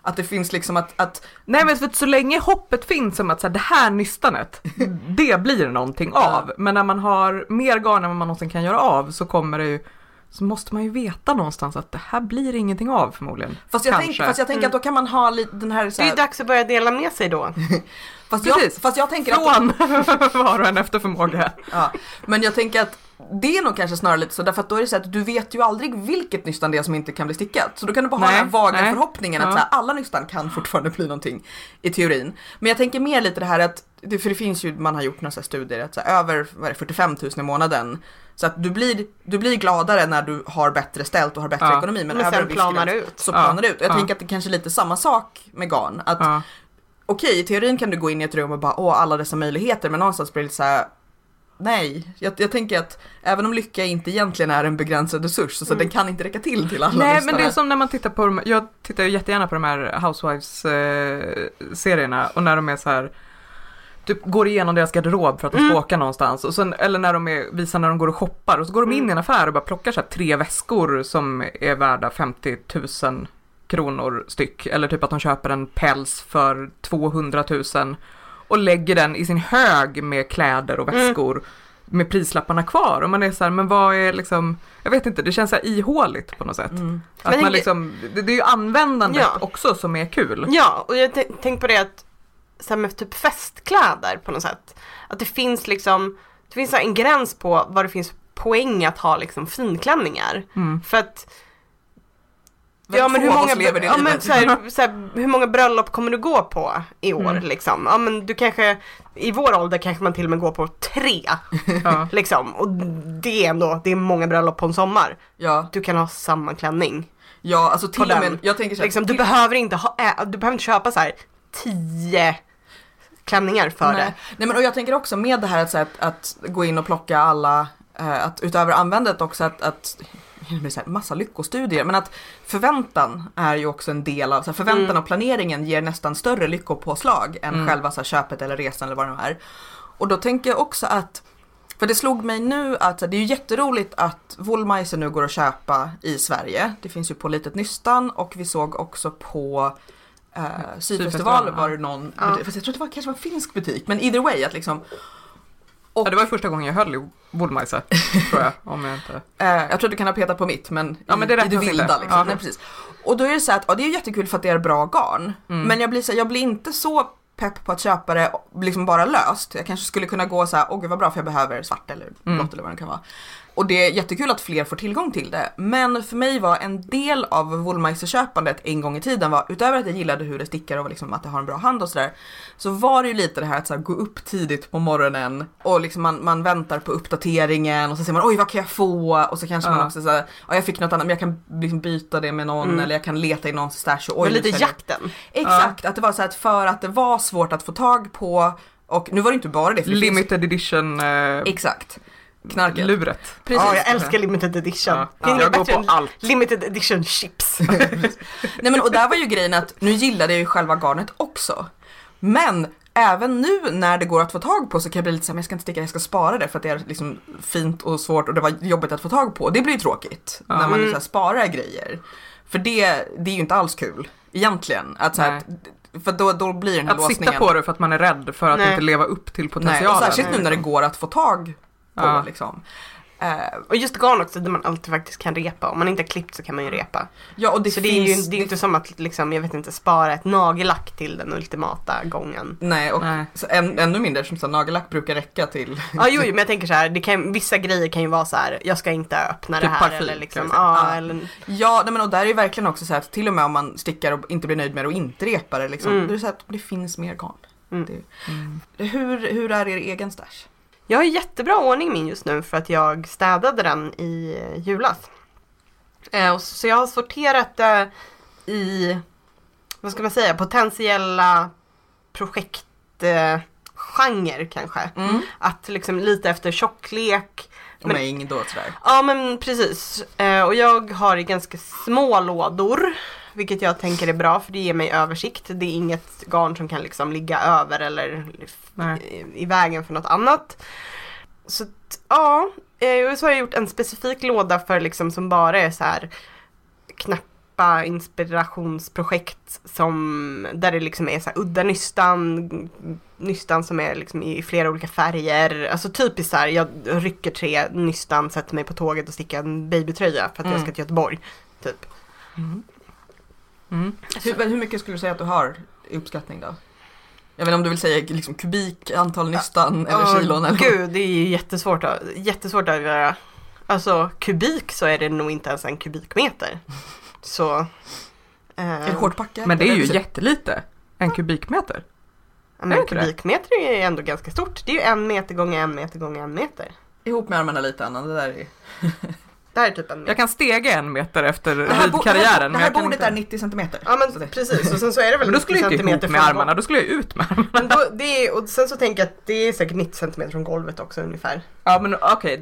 Att det finns liksom att nej men för att så länge hoppet finns om att så här, det här nystanet, det blir någonting av. Men när man har mer garn än vad man någonsin kan göra av så kommer det ju, så måste man ju veta någonstans att det här blir ingenting av förmodligen. Fast jag tänker att då kan man ha lite den här... Så här... Det är dags att börja dela med sig då. fast jag tänker från var och en efter förmåga. Ja, men jag tänker att det är nog kanske snarare lite så, därför att då är det så att du vet ju aldrig vilket nystan det är som inte kan bli stickat. Så då kan du bara ha den här vaga förhoppningen att så här, alla nystan kan fortfarande bli någonting i teorin. Men jag tänker mer lite det här att, för det finns ju, man har gjort några så här studier att så här, över 45 000 i månaden. Så att du blir gladare när du har bättre ställt och har bättre ekonomi. Men sen planar det ut. Så planar det ut. Och jag tänker att det kanske är lite samma sak med garn. Att okej, i teorin kan du gå in i ett rum och bara, alla dessa möjligheter. Men någonstans blir det så här, nej. Jag tänker att även om lycka inte egentligen är en begränsad resurs, så den kan inte räcka till alla. Nej, men det är som när man tittar på, jag tittar ju jättegärna på de här Housewives-serierna. Och när de är så här, typ går igenom deras garderob för att de ska åka någonstans. Och sen, eller när de visar när de går och shoppar. Och så går de in i en affär och bara plockar så här 3 väskor som är värda 50 000 kronor styck. Eller typ att de köper en päls för 200 000 och lägger den i sin hög med kläder och väskor med prislapparna kvar. Och man är så här, men vad är liksom, jag vet inte, det känns så här ihåligt på något sätt. Att man liksom, det är ju användandet också som är kul. Ja, och jag tänkte på det att så här med typ festkläder på något sätt. Att det finns liksom, det finns en gräns på vad det finns poäng att ha liksom finklänningar. För att men hur många hur många bröllop kommer du gå på i år liksom? Ja, men du kanske i vår ålder kanske man till och med går på 3 liksom, och det är ändå, det är många bröllop på en sommar. Ja. Du kan ha samma klänning. Ja, alltså till och med jag tänker så här, liksom, du behöver inte köpa så här 10 klänningar för det. Nej, men och jag tänker också med det här att gå in och plocka alla, att utöver användandet också att massa lyckostudier, men att förväntan är ju också en del av, så här, förväntan och planeringen ger nästan större lyckopåslag än själva så här, köpet eller resan eller vad det nu är. Och då tänker jag också att, för det slog mig nu att det är ju jätteroligt att Wollmeise nu går att köpa i Sverige. Det finns ju på Litet Nystan, och vi såg också på Sydfestival var det någon, fast jag tror det var kanske var en finsk butik, men either way att liksom. Och det var första gången jag höll i Wollmeise, tror jag, om jag inte. Jag tror du kan ha petat på mitt, men men det är i det vilda liksom. Ja. Nej, precis. Och då är det så att det är jättekul för att det är bra garn, men jag blir inte så pepp på att köpa det liksom bara löst. Jag kanske skulle kunna gå så här, gud vad bra, för jag behöver svart eller blått eller vad det kan vara. Och det är jättekul att fler får tillgång till det. Men för mig var en del av Wollmeise-köpandet en gång i tiden var, utöver att jag gillade hur det stickar och liksom att det har en bra hand och sådär, så var det ju lite det här att så här, gå upp tidigt på morgonen och liksom man väntar på uppdateringen och så ser man, oj vad kan jag få? Och så kanske man också så här, jag fick något annat, men jag kan liksom byta det med någon eller jag kan leta i någons stash och lite jakten. Exakt, att det var så här att för att det var svårt att få tag på, och nu var det inte bara det. För limited edition. Exakt. Knarket. Luret. Precis. Ja, jag älskar limited edition. Jag går på allt. Limited edition chips. Nej, men och där var ju grejen att nu gillade jag ju själva garnet också. Men även nu när det går att få tag på så kan jag bli lite så här, men jag ska inte sticka, jag ska spara det för att det är liksom fint och svårt och det var jobbigt att få tag på. Det blir ju tråkigt när man så här sparar grejer. För det är ju inte alls kul egentligen. Att så här, för då blir den här låsningen. Att sitta på det för att man är rädd för att inte leva upp till potentialen. Nej, och särskilt nu när det går att få tag på liksom. Och just garn också, där man alltid faktiskt kan repa. Om man inte har klippt så kan man ju repa. Ja, och det så finns, det är ju inte som att liksom, jag vet inte, spara ett nagellack till den ultimata gången. Nej, och så ännu mindre som så nagellack brukar räcka till. Ja, jo, men jag tänker så här, vissa grejer kan ju vara så här, jag ska inte öppna typ det här parfym, eller liksom. Eller... Ja, nej, men och där är ju verkligen också så här att till och med om man stickar och inte blir nöjd med det och inte repar det liksom, då är det så här att det finns mer garn. Hur är er egen stash? Jag har jättebra ordning min just nu för att jag städade den i julas. Så jag har sorterat det i, vad ska man säga, potentiella projektgenre kanske. Att liksom lite efter tjocklek. Men då sådär. Ja, men precis. Och jag har ganska små lådor, vilket jag tänker är bra för det ger mig översikt. Det är inget garn som kan liksom ligga över eller i vägen för något annat. Så så har jag gjort en specifik låda för liksom som bara är så här släppa inspirationsprojekt där det liksom är så här udda nystan som är liksom i flera olika färger. Alltså typiskt så här, jag rycker 3 nystan, sätter mig på tåget och stickar en babytröja för att jag ska till Göteborg, typ. Hur mycket skulle du säga att du har i uppskattning då? Jag vet inte om du vill säga liksom kubik, antal nystan eller kilon eller... Gud, det är ju jättesvårt att göra. Alltså kubik så är det nog inte ens en kubikmeter. Så... Är det hårt packat? Men det är ju jättelite. En kubikmeter. Ja, men kubikmeter är ändå ganska stort. Det är ju 1 meter gånger 1 meter gånger 1 meter. Ihop med armarna lite annan, det där är... Det här är typ 1 meter. Jag kan stega 1 meter efter ridkarriären. Det här bordet är 90 centimeter. Ja men precis, och sen så är det väl 90 centimeter. Men då skulle jag inte ihop med armarna, då skulle jag ut med armarna. Men och sen så tänker jag att det är säkert 90 centimeter från golvet också ungefär. Ja men okej,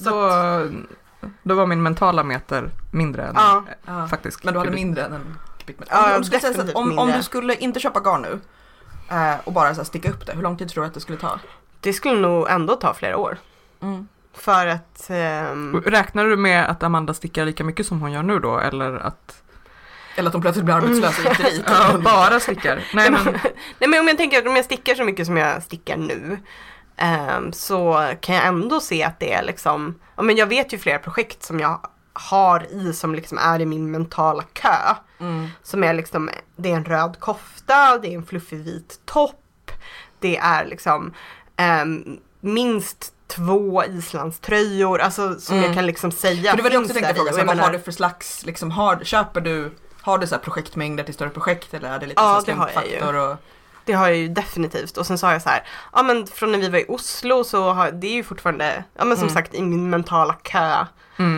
då var min mentala meter mindre än faktiskt. Men du hade mindre än en kubikmeter. Om du skulle inte köpa garn nu och bara så här sticka upp det, hur lång tid tror du att det skulle ta? Det skulle nog ändå ta flera år. För att... Räknar du med att Amanda stickar lika mycket som hon gör nu då? Eller att hon plötsligt blir arbetslös och inte dit. Bara stickar. Nej men om jag tänker att om jag stickar så mycket som jag stickar nu så kan jag ändå se att det är liksom... Ja, men jag vet ju flera projekt som jag har som liksom är i min mentala kö. Som är liksom... Det är en röd kofta, det är en fluffig vit topp. Det är liksom minst 2 islandströjor, alltså som jag kan liksom säga. För det var det också tänkte fråga, vad har du för slags, liksom, har du så här projektmängder till större projekt eller är det lite så slumpfaktor? Det har jag ju definitivt. Och sen sa jag så här, ja men från när vi var i Oslo så det är ju fortfarande, ja men som sagt i min mentala kö,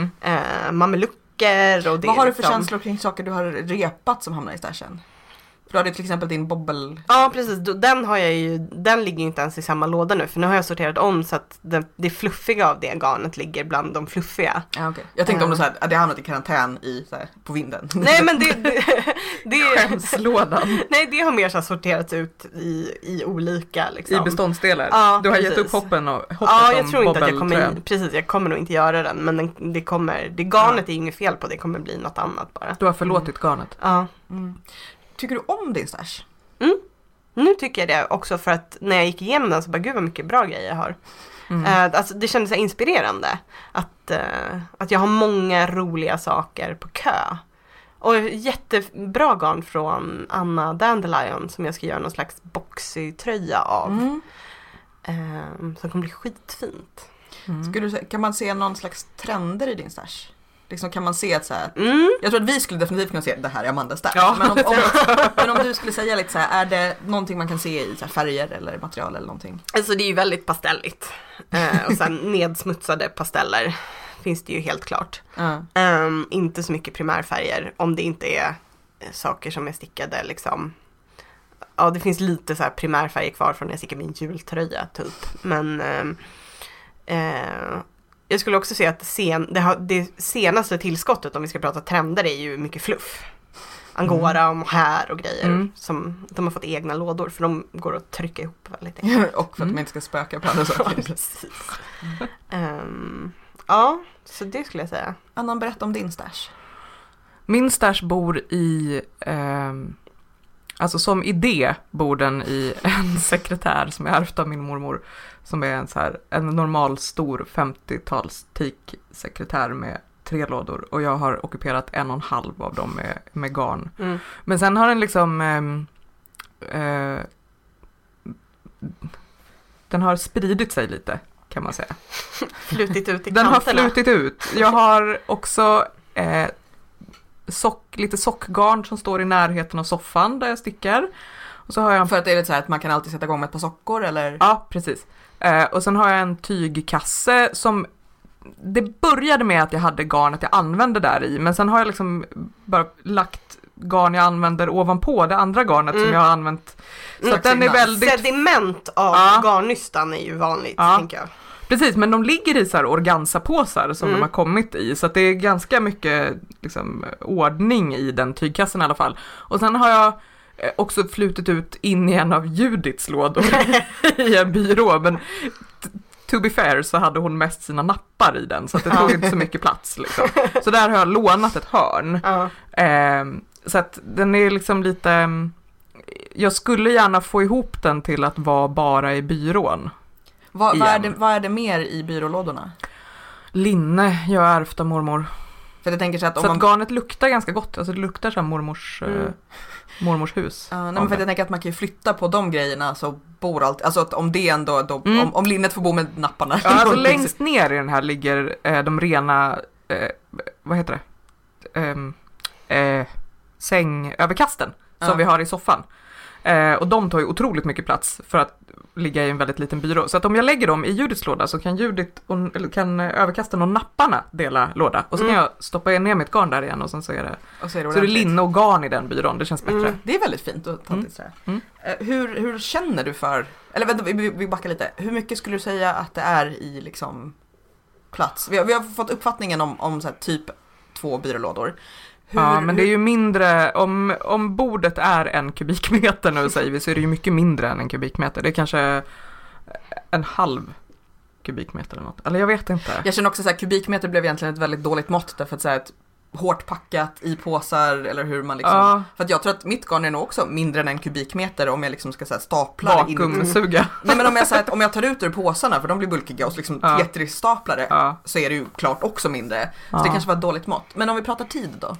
mamelucker och det. Vad har du för känslor kring saker du har repat som hamnar i stashen? För du hade till exempel din bobbel... Ja, precis. Den ligger ju inte ens i samma låda nu. För nu har jag sorterat om så att det fluffiga av det garnet ligger bland de fluffiga. Ja, okay. Jag tänkte om det har hamnat i karantän på vinden. Nej, men det skämslådan. Nej, det har mer så sorterats ut i olika liksom. I beståndsdelar. Ja, du har precis. Gett upp hoppet ja, jag tror inte att jag kommer nog inte göra den. Men det garnet är inget fel på. Det kommer bli något annat bara. Du har förlåtit garnet. Ja. Tycker du om din stash? Nu tycker jag det också för att när jag gick igenom den så bara gud vad mycket bra grejer jag har. Alltså det kändes så inspirerande att jag har många roliga saker på kö. Och jättebra garn från Anna Dandelion som jag ska göra någon slags boxy-tröja av. Som kommer bli skitfint. Kan man se någon slags trender i din stash? Liksom kan man se att så här, jag tror att vi skulle definitivt kunna se det här är Amandas stash. Ja. Men om du skulle säga lite så här, är det någonting man kan se i så här färger eller material eller någonting? Alltså det är ju väldigt pastelligt. Och sen nedsmutsade pasteller finns det ju helt klart. Inte så mycket primärfärger om det inte är saker som är stickade liksom. Ja, det finns lite så här primärfärger kvar från när jag stickade min jultröja typ. Men jag skulle också säga att det senaste tillskottet om vi ska prata trender är ju mycket fluff. Angora och mohair och grejer som de har fått egna lådor för de går att trycka ihop väldigt enkelt. Och för att de inte ska spöka på andra saker. Ja, precis. Ja, så det skulle jag säga. Annan, berätta om din stash. Min stash bor i... Alltså som idé bor den i en sekretär som jag ärvt av min mormor. Som är en normal stor 50-tals teak-sekretär med 3 lådor. Och jag har ockuperat 1,5 av dem med garn. Men sen har den liksom... den har spridit sig lite, kan man säga. Flutit ut i kanterna. Den har flutit ut. Jag har också... lite sockgarn som står i närheten av soffan där jag stickar. Och så har jag för att det är lite så här att man kan alltid sätta igång med ett par sockor eller? Ja, precis. Och sen har jag en tygkasse som det började med att jag hade garnet jag använde där i, men sen har jag liksom bara lagt garn jag använder ovanpå det andra garnet som jag har använt. Så att den är väldigt... Sediment av garnnystan är ju vanligt, tänker jag. Precis, men de ligger i så här organzapåsar som de har kommit i. Så att det är ganska mycket liksom, ordning i den tygkassen i alla fall. Och sen har jag också flutit ut in i en av Judiths lådor i en byrå. Men to be fair så hade hon mest sina nappar i den så att det tog inte så mycket plats liksom. Så där har jag lånat ett hörn. Så att den är liksom lite, jag skulle gärna få ihop den till att vara bara i byrån. Vad är det mer i byrålådorna? Linne jag har ärvt av mormor. För jag tänker så att, så att garnet luktar ganska gott. Alltså det luktar så här mormors hus. Ja, men för jag tänker att man kan ju flytta på de grejerna så bor allt. Alltså att om det ändå, om linnet får bo med napparna. Ja, alltså längst ner i den här ligger de rena, vad heter det? Sängöverkasten som vi har i soffan. Och de tar ju otroligt mycket plats för att ligga i en väldigt liten byrå. Så att om jag lägger dem i Judiths låda så kan kan överkasten och napparna dela låda. Och så kan jag stoppa ner mitt garn där igen och sen så är det linne och garn i den byrån. Det känns bättre. Det är väldigt fint att ta till så här. Hur känner du för, eller vänta, vi backar lite. Hur mycket skulle du säga att det är i liksom plats? Vi har fått uppfattningen om så här, typ 2 byrålådor. Men det är ju mindre, om bordet är 1 kubikmeter nu säger vi, så är det ju mycket mindre än 1 kubikmeter. Det är kanske 1/2 kubikmeter eller något. Eller jag vet inte. Jag känner också så här, kubikmeter blev egentligen ett väldigt dåligt mått därför att så här, ett hårt packat i påsar eller hur man liksom, för att jag tror att mitt garn är nog också mindre än 1 kubikmeter om jag liksom ska så här, stapla vakuumsuga. Nej, men om jag tar ut ur påsarna för de blir bulkiga och liksom Tetris-staplare så är det ju klart också mindre. Så det kanske var ett dåligt mått. Men om vi pratar tid då?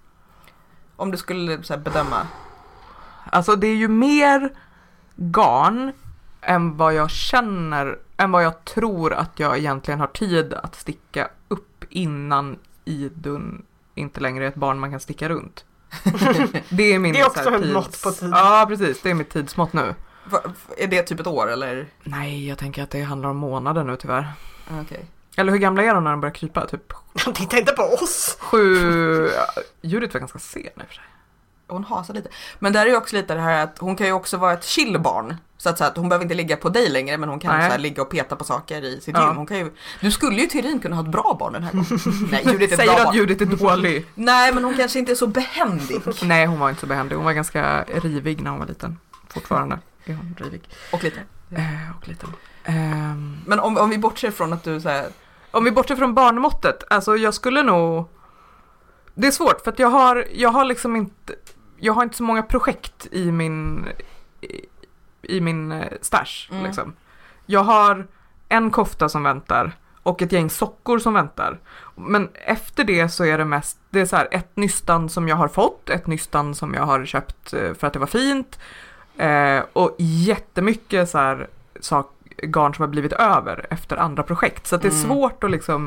Om du skulle så här, bedöma. Alltså det är ju mer garn än vad jag känner, än vad jag tror att jag egentligen har tid att sticka upp innan Idun inte längre är ett barn man kan sticka runt. Det är min det är också en mått på tid. Ja, precis. Det är mitt tidsmått nu. Är det typ ett år eller? Nej, jag tänker att det handlar om månader nu tyvärr. Okej. Eller hur gamla är de när de börjar krypa? Typ titta inte på oss. 7. Judith var ganska sen i och för sig. Hon hasar lite. Men där är ju också lite det här att hon kan ju också vara ett chillbarn. Så att hon behöver inte ligga på dig längre, men hon kan så här, ligga och peta på saker i sitt gym. Hon kan ju, du skulle ju teorin kunna ha ett bra barn den här gången. Nej, Judith är säger att Judith är dålig. Nej, men hon kanske inte är så behändig. Nej, hon var inte så behändig. Hon var ganska rivig när hon var liten. Fortfarande är hon rivig. Och liten. Och liten. Men om vi bortser från att du så här, om vi bortser från barnmåttet, alltså jag skulle nog, det är svårt för att jag har liksom inte, jag har inte så många projekt i min stash liksom. Jag har en kofta som väntar och ett gäng sockor som väntar. Men efter det så är det mest, det är så här ett nystan som jag har fått, ett nystan som jag har köpt för att det var fint och jättemycket så här garn som har blivit över efter andra projekt. Så att det är svårt att liksom,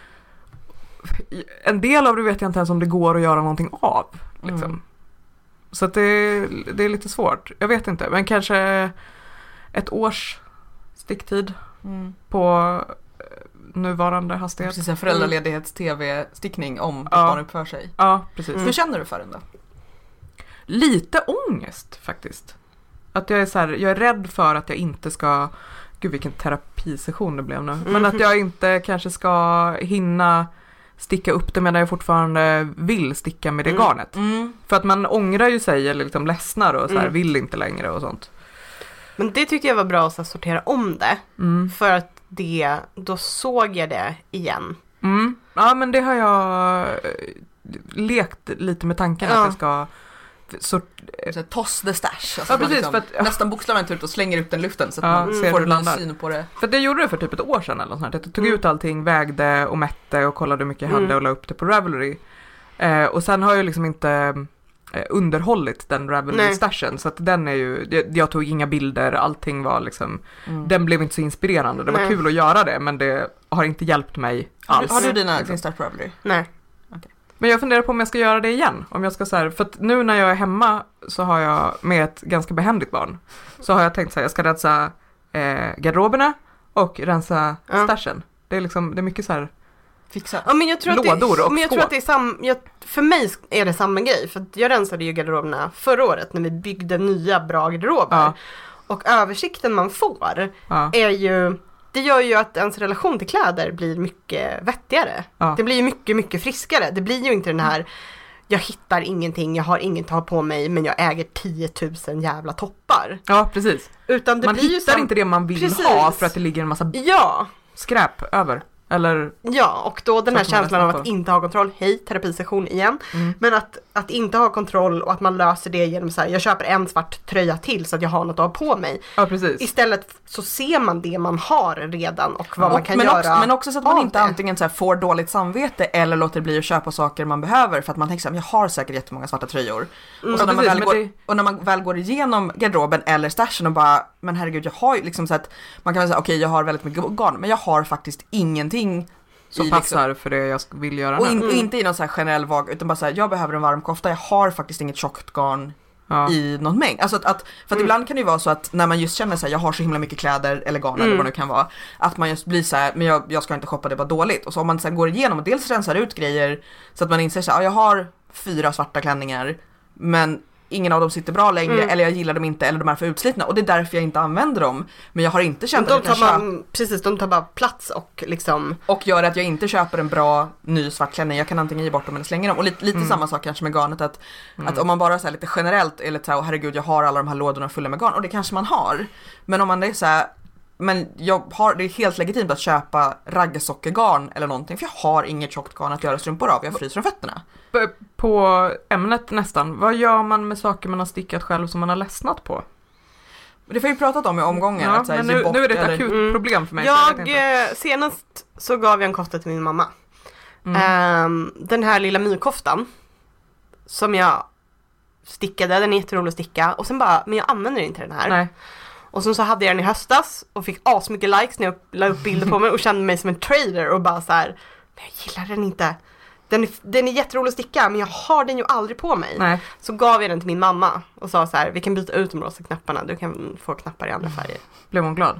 en del av det vet jag inte ens om det går att göra någonting av liksom. Så att det är lite svårt. Jag vet inte, men kanske ett års sticktid på nuvarande hastighet. Precis, en föräldraledighets-tv-stickning om ett barn uppför sig. Ja, precis. Hur känner du för den då? Lite ångest faktiskt. Att jag är så här, jag är rädd för att jag inte ska, gud vilken terapisession det blev nu. Men att jag inte kanske ska hinna sticka upp det medan jag fortfarande vill sticka med det garnet. För att man ångrar ju sig eller liksom ledsnar och så här, vill inte längre och sånt. Men det tyckte jag var bra att sortera om det. För att då såg jag det igen. Ja, men det har jag lekt lite med tanken att jag ska toss the stash. Alltså ja, precis, liksom, för att, nästan bokstavligt ut och slänger ut den luften så att man får en syn på det. För det gjorde det för typ ett år sedan eller något sånt. Jag tog ut allting, vägde och mätte och kollade hur mycket jag hade och la upp det på Ravelry. Och sen har jag liksom inte underhållit den Ravelry-stashen. Så att den är ju, jag tog inga bilder, allting var liksom, den blev inte så inspirerande. Det var kul att göra det, men det har inte hjälpt mig alls. Har du din start på Ravelry? Nej. Men jag funderar på om jag ska göra det igen. Om jag ska så här, för att nu när jag är hemma så har jag med ett ganska behändigt barn. Så har jag tänkt så här, jag ska rensa garderoberna och rensa stashen. Det är liksom, det är mycket så här fixa. Ja, men jag tror lådor att men jag tror att det är för mig är det samma grej. För att jag rensade ju garderoberna förra året när vi byggde nya bra garderober. Ja. Och översikten man får är ju, det gör ju att ens relation till kläder blir mycket vettigare. Ja. Det blir ju mycket, mycket friskare. Det blir ju inte den här, jag hittar ingenting, jag har inget att ha på mig, men jag äger 10 000 jävla toppar. har. Ja, precis. Utan det man blir hittar ju inte det man vill ha för att det ligger en massa skräp över. Eller... Ja, och då den här känslan av att inte ha kontroll. Hej, terapisession igen. Men att inte ha kontroll och att man löser det genom så här, jag köper en svart tröja till så att jag har något att ha på mig. Ja, precis. Istället så ser man det man har redan och vad man kan göra. Men också så att man inte antingen så här får dåligt samvete eller låter bli att köpa saker man behöver för att man tänker så här, jag har säkert jättemånga svarta tröjor. Och, så när man väl går igenom garderoben eller stashen och bara, men herregud, jag har ju liksom så att man kan väl säga, okej, jag har väldigt mycket garn, men jag har faktiskt ingenting som passar för det jag vill göra. Och inte i någon så här generell vag, utan bara så här, jag behöver en varm kofta, jag har faktiskt inget tjockt garn i någon mängd. Alltså för att ibland kan det ju vara så att när man just känner så här, jag har så himla mycket kläder eller garn eller vad det kan vara, att man just blir så här, men jag ska inte shoppa, det var dåligt. Och så om man sen går igenom och dels rensar ut grejer så att man inser så här, jag har 4 svarta klänningar, men ingen av dem sitter bra längre eller jag gillar dem inte eller de är för utslitna och det är därför jag inte använder dem. Men jag har inte känt att de tar bara plats och liksom... Och gör att jag inte köper en bra ny svart klänning. Jag kan antingen ge bort dem eller slänga dem. Och lite samma sak kanske med garnet att om man bara så här lite generellt eller så här, herregud, jag har alla de här lådorna fulla med garn och det kanske man har. Men om man är så här, men det är helt legitimt att köpa raggsockergarn eller någonting för jag har inget tjockt garn att göra strumpor av. Jag fryser från fötterna. På ämnet nästan, vad gör man med saker man har stickat själv som man har ledsnat på? Det får vi pratat om i omgången. Ja, men nu är det ett akut problem för mig. Senast så gav jag en kofta till min mamma. Den här lilla mykoftan som jag stickade, den är jätterolig att sticka. Och sen bara, men jag använder inte den här. Nej. Och sen så hade jag den i höstas och fick asmycket likes när jag la upp bilder på mig och kände mig som en trader och bara så här, men jag gillar den inte. Den är jätterolig att sticka men jag har den ju aldrig på mig. Nej. Så gav jag den till min mamma och sa så här, vi kan byta ut de rosa knapparna, du kan få knappar i andra färger. Blev hon glad?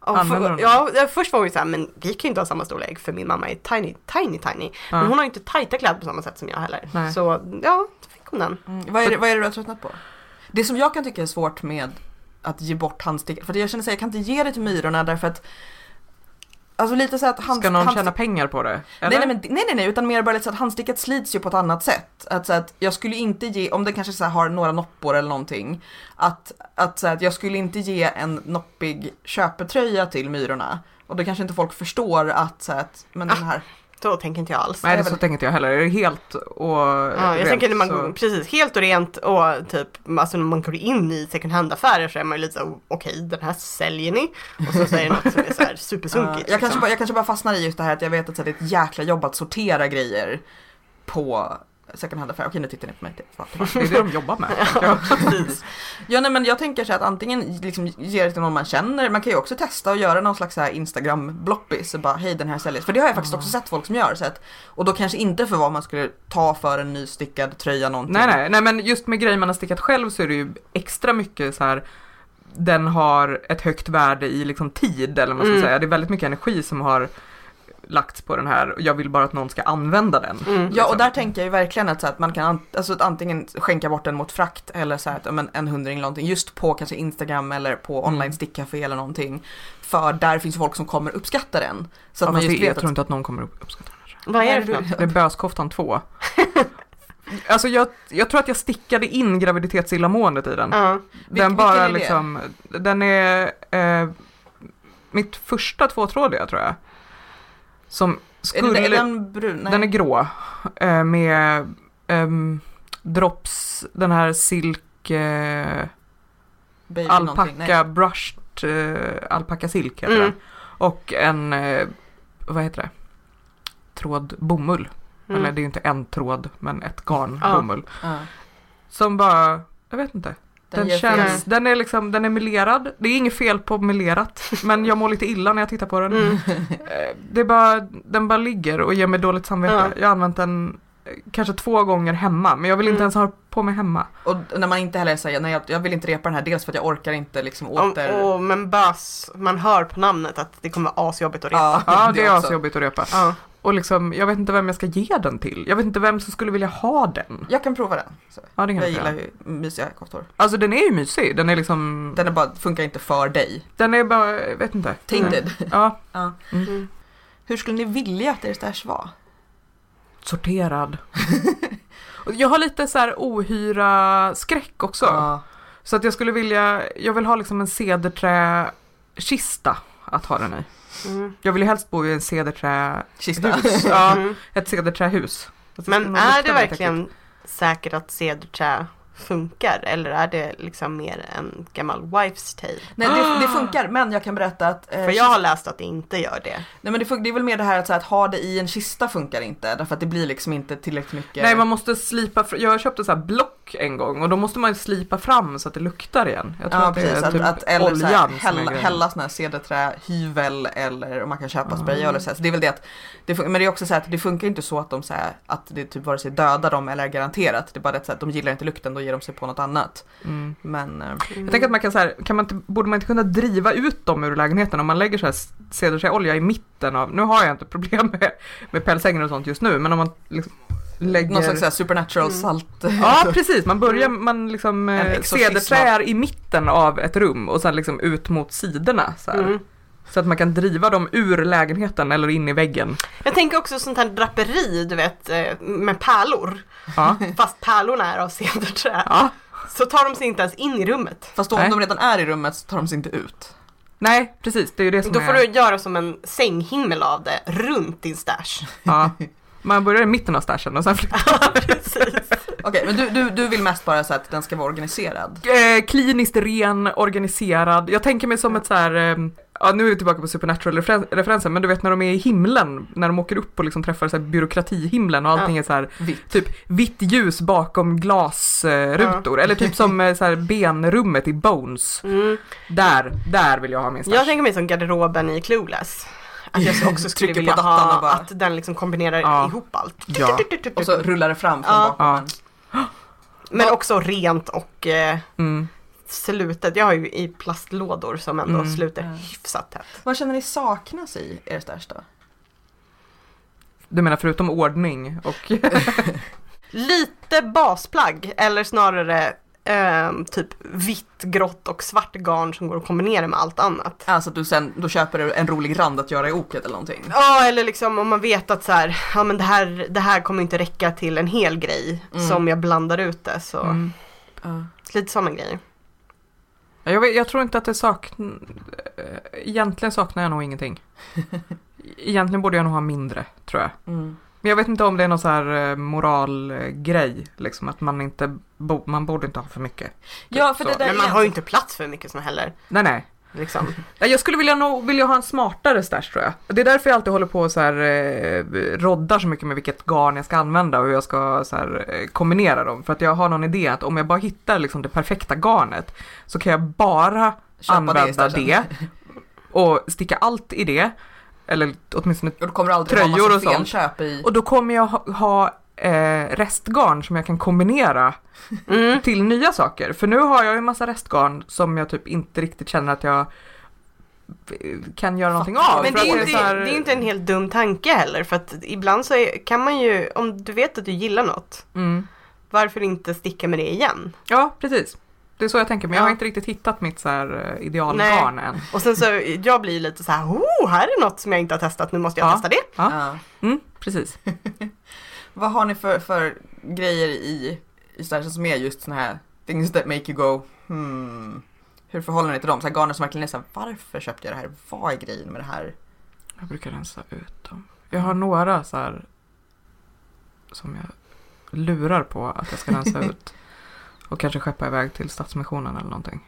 Först var hon ju så här, men vi kan ju inte ha samma storlek för min mamma är tiny. Men hon har ju inte tajta kläder på samma sätt som jag heller. Nej. Så ja, så fick hon den. Vad är det du har tröttnat på? Det som jag kan tycka är svårt med att ge bort handstickor, för jag känner att jag kan inte ge det till myrorna därför att alltså lite så att ska någon tjäna pengar på det? Eller? Nej, utan mer bara lite så att handstickat slits ju på ett annat sätt. Så att jag skulle inte ge, om den kanske så här har några noppor eller någonting, att så att jag skulle inte ge en noppig köpetröja till myrorna. Och då kanske inte folk förstår att så att, men den här... Så tänker inte jag alls. Nej, så tänker inte jag heller. Är det helt och jag tänker när man precis helt och rent och typ alltså när man går in i second hand affärer så är man ju lite så okej, den här säljer ni och så säger något som är så här supersunkigt. Jag kanske bara fastnar i just det här att jag vet att det är ett jäkla jobb att sortera grejer på second hand affär. Okej, nu tittar ni på mig. Det är det de jobbar med. Men jag tänker så att antingen liksom ge det till någon man känner. Man kan ju också testa och göra någon slags här Instagram-bloppis och bara, hej, den här säljer. För det har jag faktiskt också sett folk som gör. Så att, och då kanske inte för vad man skulle ta för en nystickad tröja någonting. Nej, men just med grejer man har stickat själv så är det ju extra mycket så här. Den har ett högt värde i liksom tid, eller vad man ska säga. Det är väldigt mycket energi som har lagts på den här och jag vill bara att någon ska använda den. Liksom. Ja, och där tänker jag ju verkligen att man kan antingen skänka bort den mot frakt eller så här att en 100 eller någonting just på kanske Instagram eller på online stickcafé eller någonting. För där finns folk som kommer uppskatta den. Så att man just jag tror inte att någon kommer uppskatta den. Vad är det? Det är böskoftan 2. Alltså jag tror att jag stickade in graviditetsillamåendet i den. Den bara är liksom den är mitt första 2-trådiga tror jag. Som skulle, är den brun? Nej. Den är grå med drops, den här silk alpaka brushed alpaka silk heter den. Och en vad heter det? Tråd bomull. Eller det är ju inte en tråd men ett garn bomull. Som bara, jag vet inte. Den är melerad. Det är inget fel på melerat, men jag mår lite illa när jag tittar på den. Den bara ligger och ger mig dåligt samvete. Jag har använt den kanske 2 gånger hemma, men jag vill inte ens ha på mig hemma. Och när man inte heller säger nej, jag vill inte repa den här, dels för att jag orkar inte liksom men bös, man hör på namnet att det kommer vara asjobbigt att repa. Ja, det är asjobbigt att repa. Och liksom, jag vet inte vem jag ska ge den till. Jag vet inte vem som skulle vilja ha den. Jag kan prova den. Så. Ja, det kan jag gillar ju mysiga koftor. Alltså den är ju mysig. Den är liksom... Den är bara, funkar inte för dig. Den är bara, jag vet inte. Tainted. Ja. Hur skulle ni vilja att er stash var? Sorterad. Jag har lite så här ohyra skräck också. Så att jag vill ha liksom en cederträkista att ha den i. Jag vill ju helst bo i en cederträkista. Ja, ett cederträhus. Men är det verkligen säkert att cederträ funkar, eller är det liksom mer en gammal wife's tale? Nej, det funkar, men jag kan berätta att... för jag har läst att det inte gör det. Nej, men det är väl mer det här att ha det i en kista funkar inte, därför att det blir liksom inte tillräckligt mycket... Nej, man måste slipa... Jag köpte så här block en gång, och då måste man slipa fram så att det luktar igen. Jag tror att det är typ eller oljan hälla sån här cederträhyvel, eller om man kan köpa spray eller så det är väl det att men det är också så att det funkar inte så att de säger att det typ vare sig dödar dem eller är garanterat. Det är bara det att de gillar inte lukten, då ger de sig på något annat. Men jag tänker att man kan så här, borde man inte kunna driva ut dem ur lägenheten om man lägger så här cederträolja i mitten av... Nu har jag inte problem med pälsängar och sånt just nu, men om man liksom lägger... Någon slags supernatural salt. Ja, precis. Man liksom cederträr i mitten av ett rum och sen liksom ut mot sidorna så här. Så att man kan driva dem ur lägenheten eller in i väggen. Jag tänker också sånt här draperi, du vet, med pärlor. Ja. Fast pärlorna är av cederträ. Ja. Så tar de sig inte ens in i rummet. Fast då, om de redan är i rummet så tar de sig inte ut. Nej, precis. Det är ju det som då får du göra som en sänghimmel av det runt din stash. Ja. Man börjar i mitten av stashen och sen flyttar. Ja, precis. Okej, men du vill mest bara så att den ska vara organiserad? Kliniskt ren, organiserad. Jag tänker mig som ett så här... Ja, nu är vi tillbaka på Supernatural-referensen, men du vet när de är i himlen, när de åker upp och liksom träffar så här byråkratihimlen och allting är så här typ vitt ljus bakom glasrutor, eller typ som så här benrummet i Bones. Där vill jag ha min stash. Jag tänker mig som garderoben i Clueless. Att jag också skulle vilja ha bara... att den liksom kombinerar ihop allt. Ja. Och så rullar det fram från bakom. Men också rent och slutet. Jag har ju i plastlådor som ändå sluter hyfsat tätt. Vad känner ni saknas i er stash då? Du menar förutom ordning och... Lite basplagg, eller snarare typ vitt, grått och svart garn som går att kombinera med allt annat. Alltså att då köper du en rolig rand att göra i oket eller någonting? Ja, eller liksom om man vet att så här, ja men det här kommer inte räcka till en hel grej som jag blandar ut det, så lite sådana grejer. Jag tror inte att det egentligen saknar jag nog ingenting. Egentligen borde jag nog ha mindre, tror jag. Men jag vet inte om det är någon så här moralgrej, liksom, att man borde inte ha för mycket. Ja, för det där men man har ju inte plats för mycket som heller. Nej. Liksom. Jag skulle vilja ha en smartare stash, tror jag. Det är därför jag alltid håller på så här roddar så mycket med vilket garn jag ska använda och hur jag ska så här kombinera dem. För att jag har någon idé att om jag bara hittar liksom det perfekta garnet så kan jag bara använda det och sticka allt i det. Eller åtminstone tröjor och sånt. Och då kommer jag ha restgarn som jag kan kombinera till nya saker. För nu har jag en massa restgarn som jag typ inte riktigt känner att jag kan göra någonting av. Men det är inte en helt dum tanke heller. För att ibland så kan man ju, om du vet att du gillar något, varför inte sticka med det igen? Ja, precis. Det är så jag tänker, men jag har inte riktigt hittat mitt så här idealgarn än. Och sen så, jag blir lite så här, här är något som jag inte har testat, nu måste jag testa det. Ja. Precis. Vad har ni för grejer i stashen som är just såna här things that make you go, Hur förhåller ni till dem? Så här garner som verkligen är så här, varför köpte jag det här? Vad är grejen med det här? Jag brukar rensa ut dem. Jag har några så här som jag lurar på att jag ska rensa ut. Och kanske skeppa iväg till Stadsmissionen eller någonting.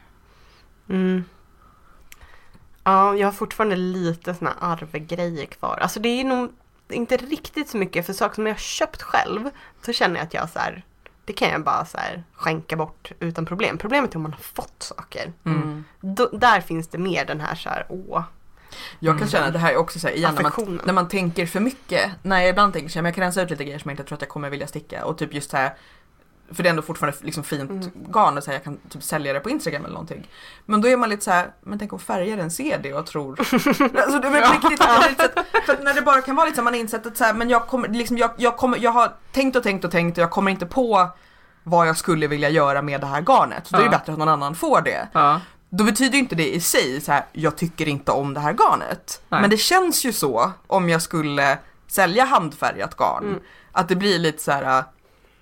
Ja, jag har fortfarande lite såna arvegrejer kvar. Alltså det är nog inte riktigt så mycket för saker som jag har köpt själv. Så känner jag att jag så här, det kan jag bara så här skänka bort utan problem. Problemet är om man har fått saker. Där finns det mer den här så här, Jag kan känna att det här är också så här, igen, när man tänker för mycket. När jag ibland tänker så här, men jag kan rensa ut lite grejer som jag inte tror att jag kommer vilja sticka. Och typ just så här, för det är ändå fortfarande liksom fint garn och så här, jag kan typ sälja det på Instagram eller någonting. Men då är man lite så här, men tänk om färgaren ser det och tror. Alltså det är riktigt för när det bara kan vara lite så man har insett att så här, men jag har tänkt och jag kommer inte på vad jag skulle vilja göra med det här garnet. Så då är det bättre att någon annan får det. Då betyder inte det i sig så här, jag tycker inte om det här garnet. Men det känns ju så om jag skulle sälja handfärgat garn att det blir lite så här,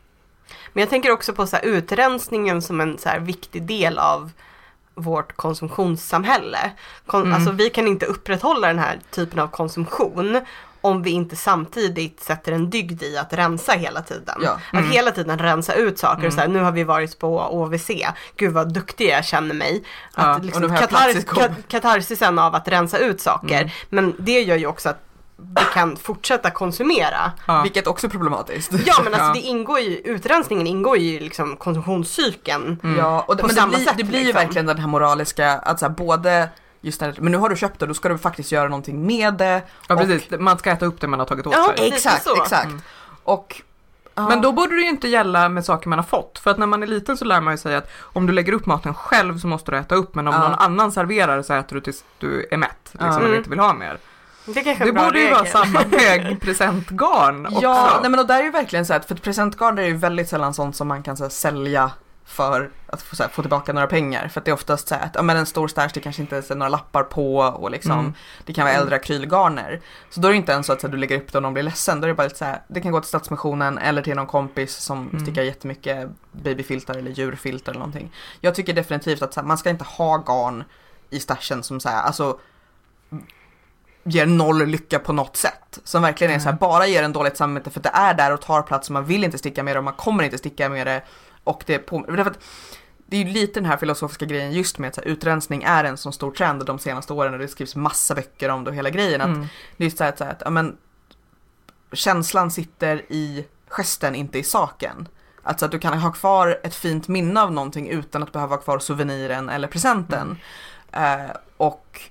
Men jag tänker också på så här, utrensningen som en så här, viktig del av vårt konsumtionssamhälle. Alltså vi kan inte upprätthålla den här typen av konsumtion om vi inte samtidigt sätter en dygd i att rensa hela tiden. Ja. Att hela tiden rensa ut saker. Så här, nu har vi varit på OVC. Gud vad duktig jag känner mig. Att liksom, katarsisen av att rensa ut saker. Men det gör ju också att vi kan fortsätta konsumera. Vilket också är problematiskt. Ja, men alltså det ingår ju, utrensningen ingår ju liksom konsumtionscykeln. Ja, och det blir ju verkligen den här moraliska, att så här, både just när, men nu har du köpt det, då ska du faktiskt göra någonting med det. Ja, precis. Man ska äta upp det man har tagit åt sig. Exakt. Och men då borde det ju inte gälla med saker man har fått. För att när man är liten så lär man ju sig att om du lägger upp maten själv så måste du äta upp. Men om någon annan serverar så äter du tills du är mätt. Liksom, eller inte vill ha mer. Det borde ju vara samma med presentgarn också. Ja, nej, men och där är ju verkligen så att för presentgarn är ju väldigt sällan sånt som man kan så här, sälja för att få tillbaka några pengar. För att det är oftast så att en stor stash, det kanske inte är några lappar på och liksom, det kan vara äldre akrylgarner. Så då är det inte ens så att du lägger upp det och någon blir ledsen. Då är det bara lite så här, det kan gå till Stadsmissionen eller till någon kompis som stickar jättemycket babyfiltar eller djurfiltar eller någonting. Jag tycker definitivt att så här, man ska inte ha garn i stashen som så här, alltså ger noll lycka på något sätt. Som verkligen är så här, bara ger en dåligt samvete för att det är där och tar plats. Man vill inte sticka med det och man kommer inte sticka med det. Och det är ju lite den här filosofiska grejen just med att så här, utrensning är en så stor trend de senaste åren och det skrivs massa böcker om det och hela grejen. Att det är så här att ja, men, känslan sitter i gesten, inte i saken. Alltså att du kan ha kvar ett fint minne av någonting utan att behöva ha kvar souveniren eller presenten. Och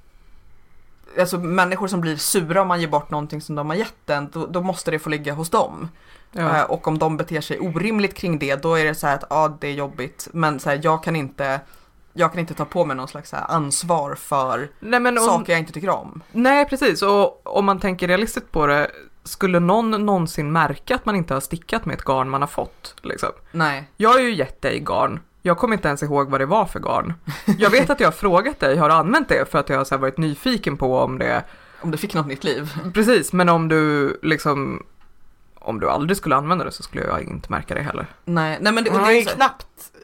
alltså människor som blir sura om man ger bort någonting som de har gett en, då måste det få ligga hos dem. Ja. Och om de beter sig orimligt kring det, då är det så här att det är jobbigt, men så här, jag kan inte ta på mig någon slags så här ansvar för saker jag inte tycker om. Nej, precis. Och om man tänker realistiskt på det, skulle någon någonsin märka att man inte har stickat med ett garn man har fått? Liksom? Nej. Jag har ju gett dig garn. Jag kommer inte ens ihåg vad det var för garn. Jag vet att jag har frågat dig, har du använt det? För att jag har så här varit nyfiken på om det fick något nytt liv. Precis, men om du aldrig skulle använda det så skulle jag inte märka det heller. Nej, men det är ju knappt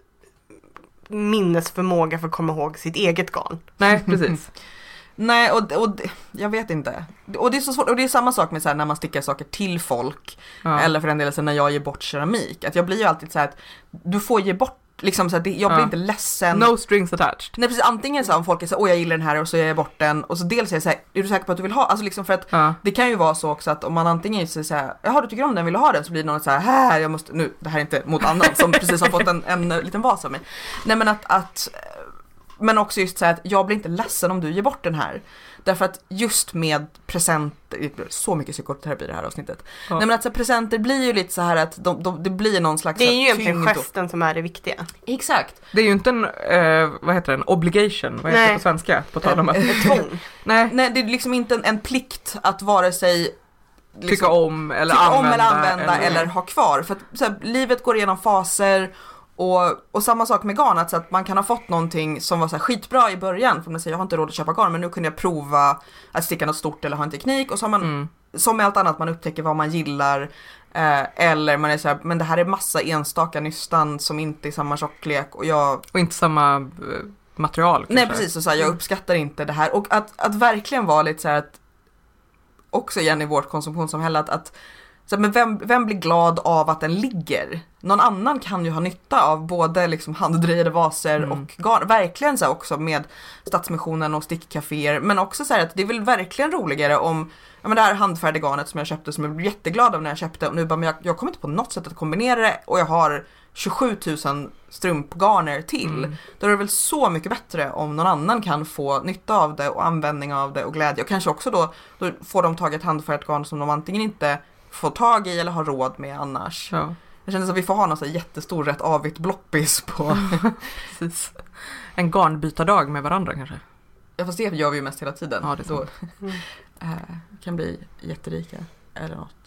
minnesförmåga för att komma ihåg sitt eget garn. Nej, precis. Nej, och jag vet inte. Och det är så svårt, och det är samma sak med så här, när man stickar saker till folk. Eller för en del så när jag ger bort keramik. Att jag blir ju alltid så här att du får ge bort liksom så här, jag blir inte ledsen. No strings attached. Nej, precis. Antingen så här, om folk är så jag gillar den här och så ger jag bort den. Och så dels är jag så här, är du säker på att du vill ha? Alltså liksom för att det kan ju vara så också att om man antingen säger så här, jaha, du tycker om den, vill du ha den? Så blir det någon så här, jag måste, nu, det här är inte mot annan som precis har fått en liten vas av mig. Nej, men men också just så här att jag blir inte ledsen om du ger bort den här. Därför att just med presenter, så mycket psykoterapi i det här avsnittet. Nej, men att så presenter blir ju lite så här att det blir någon slags... Det är ju egentligen gesten som är det viktiga. Exakt. Det är ju inte en, vad heter det, en obligation, vad heter det på svenska? På tal om att... Ett tvång. Nej, det är liksom inte en plikt att vare sig... Liksom, tycka om eller använda eller ha kvar. För att så här, livet går igenom faser. Och samma sak med garn, så att man kan ha fått någonting som var så här skitbra i början, för man säger jag har inte råd att köpa garn, men nu kunde jag prova att sticka något stort eller ha en teknik, och så har man som med allt annat, man upptäcker vad man gillar, eller man är så här, men det här är massa enstaka nystan som inte är samma tjocklek och inte samma material kanske. Nej, precis, och så här, jag uppskattar inte det här, och att verkligen vara lite så här att också igen i vårt konsumtionssamhälle att så, men vem blir glad av att den ligger? Någon annan kan ju ha nytta av både liksom handdrejade vaser och garn. Verkligen så här också med Stadsmissionen och stickcaféer. Men också så här att det är väl verkligen roligare om det här handfärdiga garnet som jag köpte, som jag blev jätteglad av när jag köpte. Och nu bara, men jag kommer inte på något sätt att kombinera det, och jag har 27 000 strumpgarner till. Då är det väl så mycket bättre om någon annan kan få nytta av det och användning av det och glädje. Och kanske också då får de tagit handfärdigt garn som de antingen inte få tag i eller ha råd med annars. Ja. Jag känner att vi får ha någon så jättestor rätt avigt bloppis på precis. En garnbytardag med varandra kanske. Ja, fast det gör vi ju mest hela tiden. Ja, det då kan bli jätterika eller något.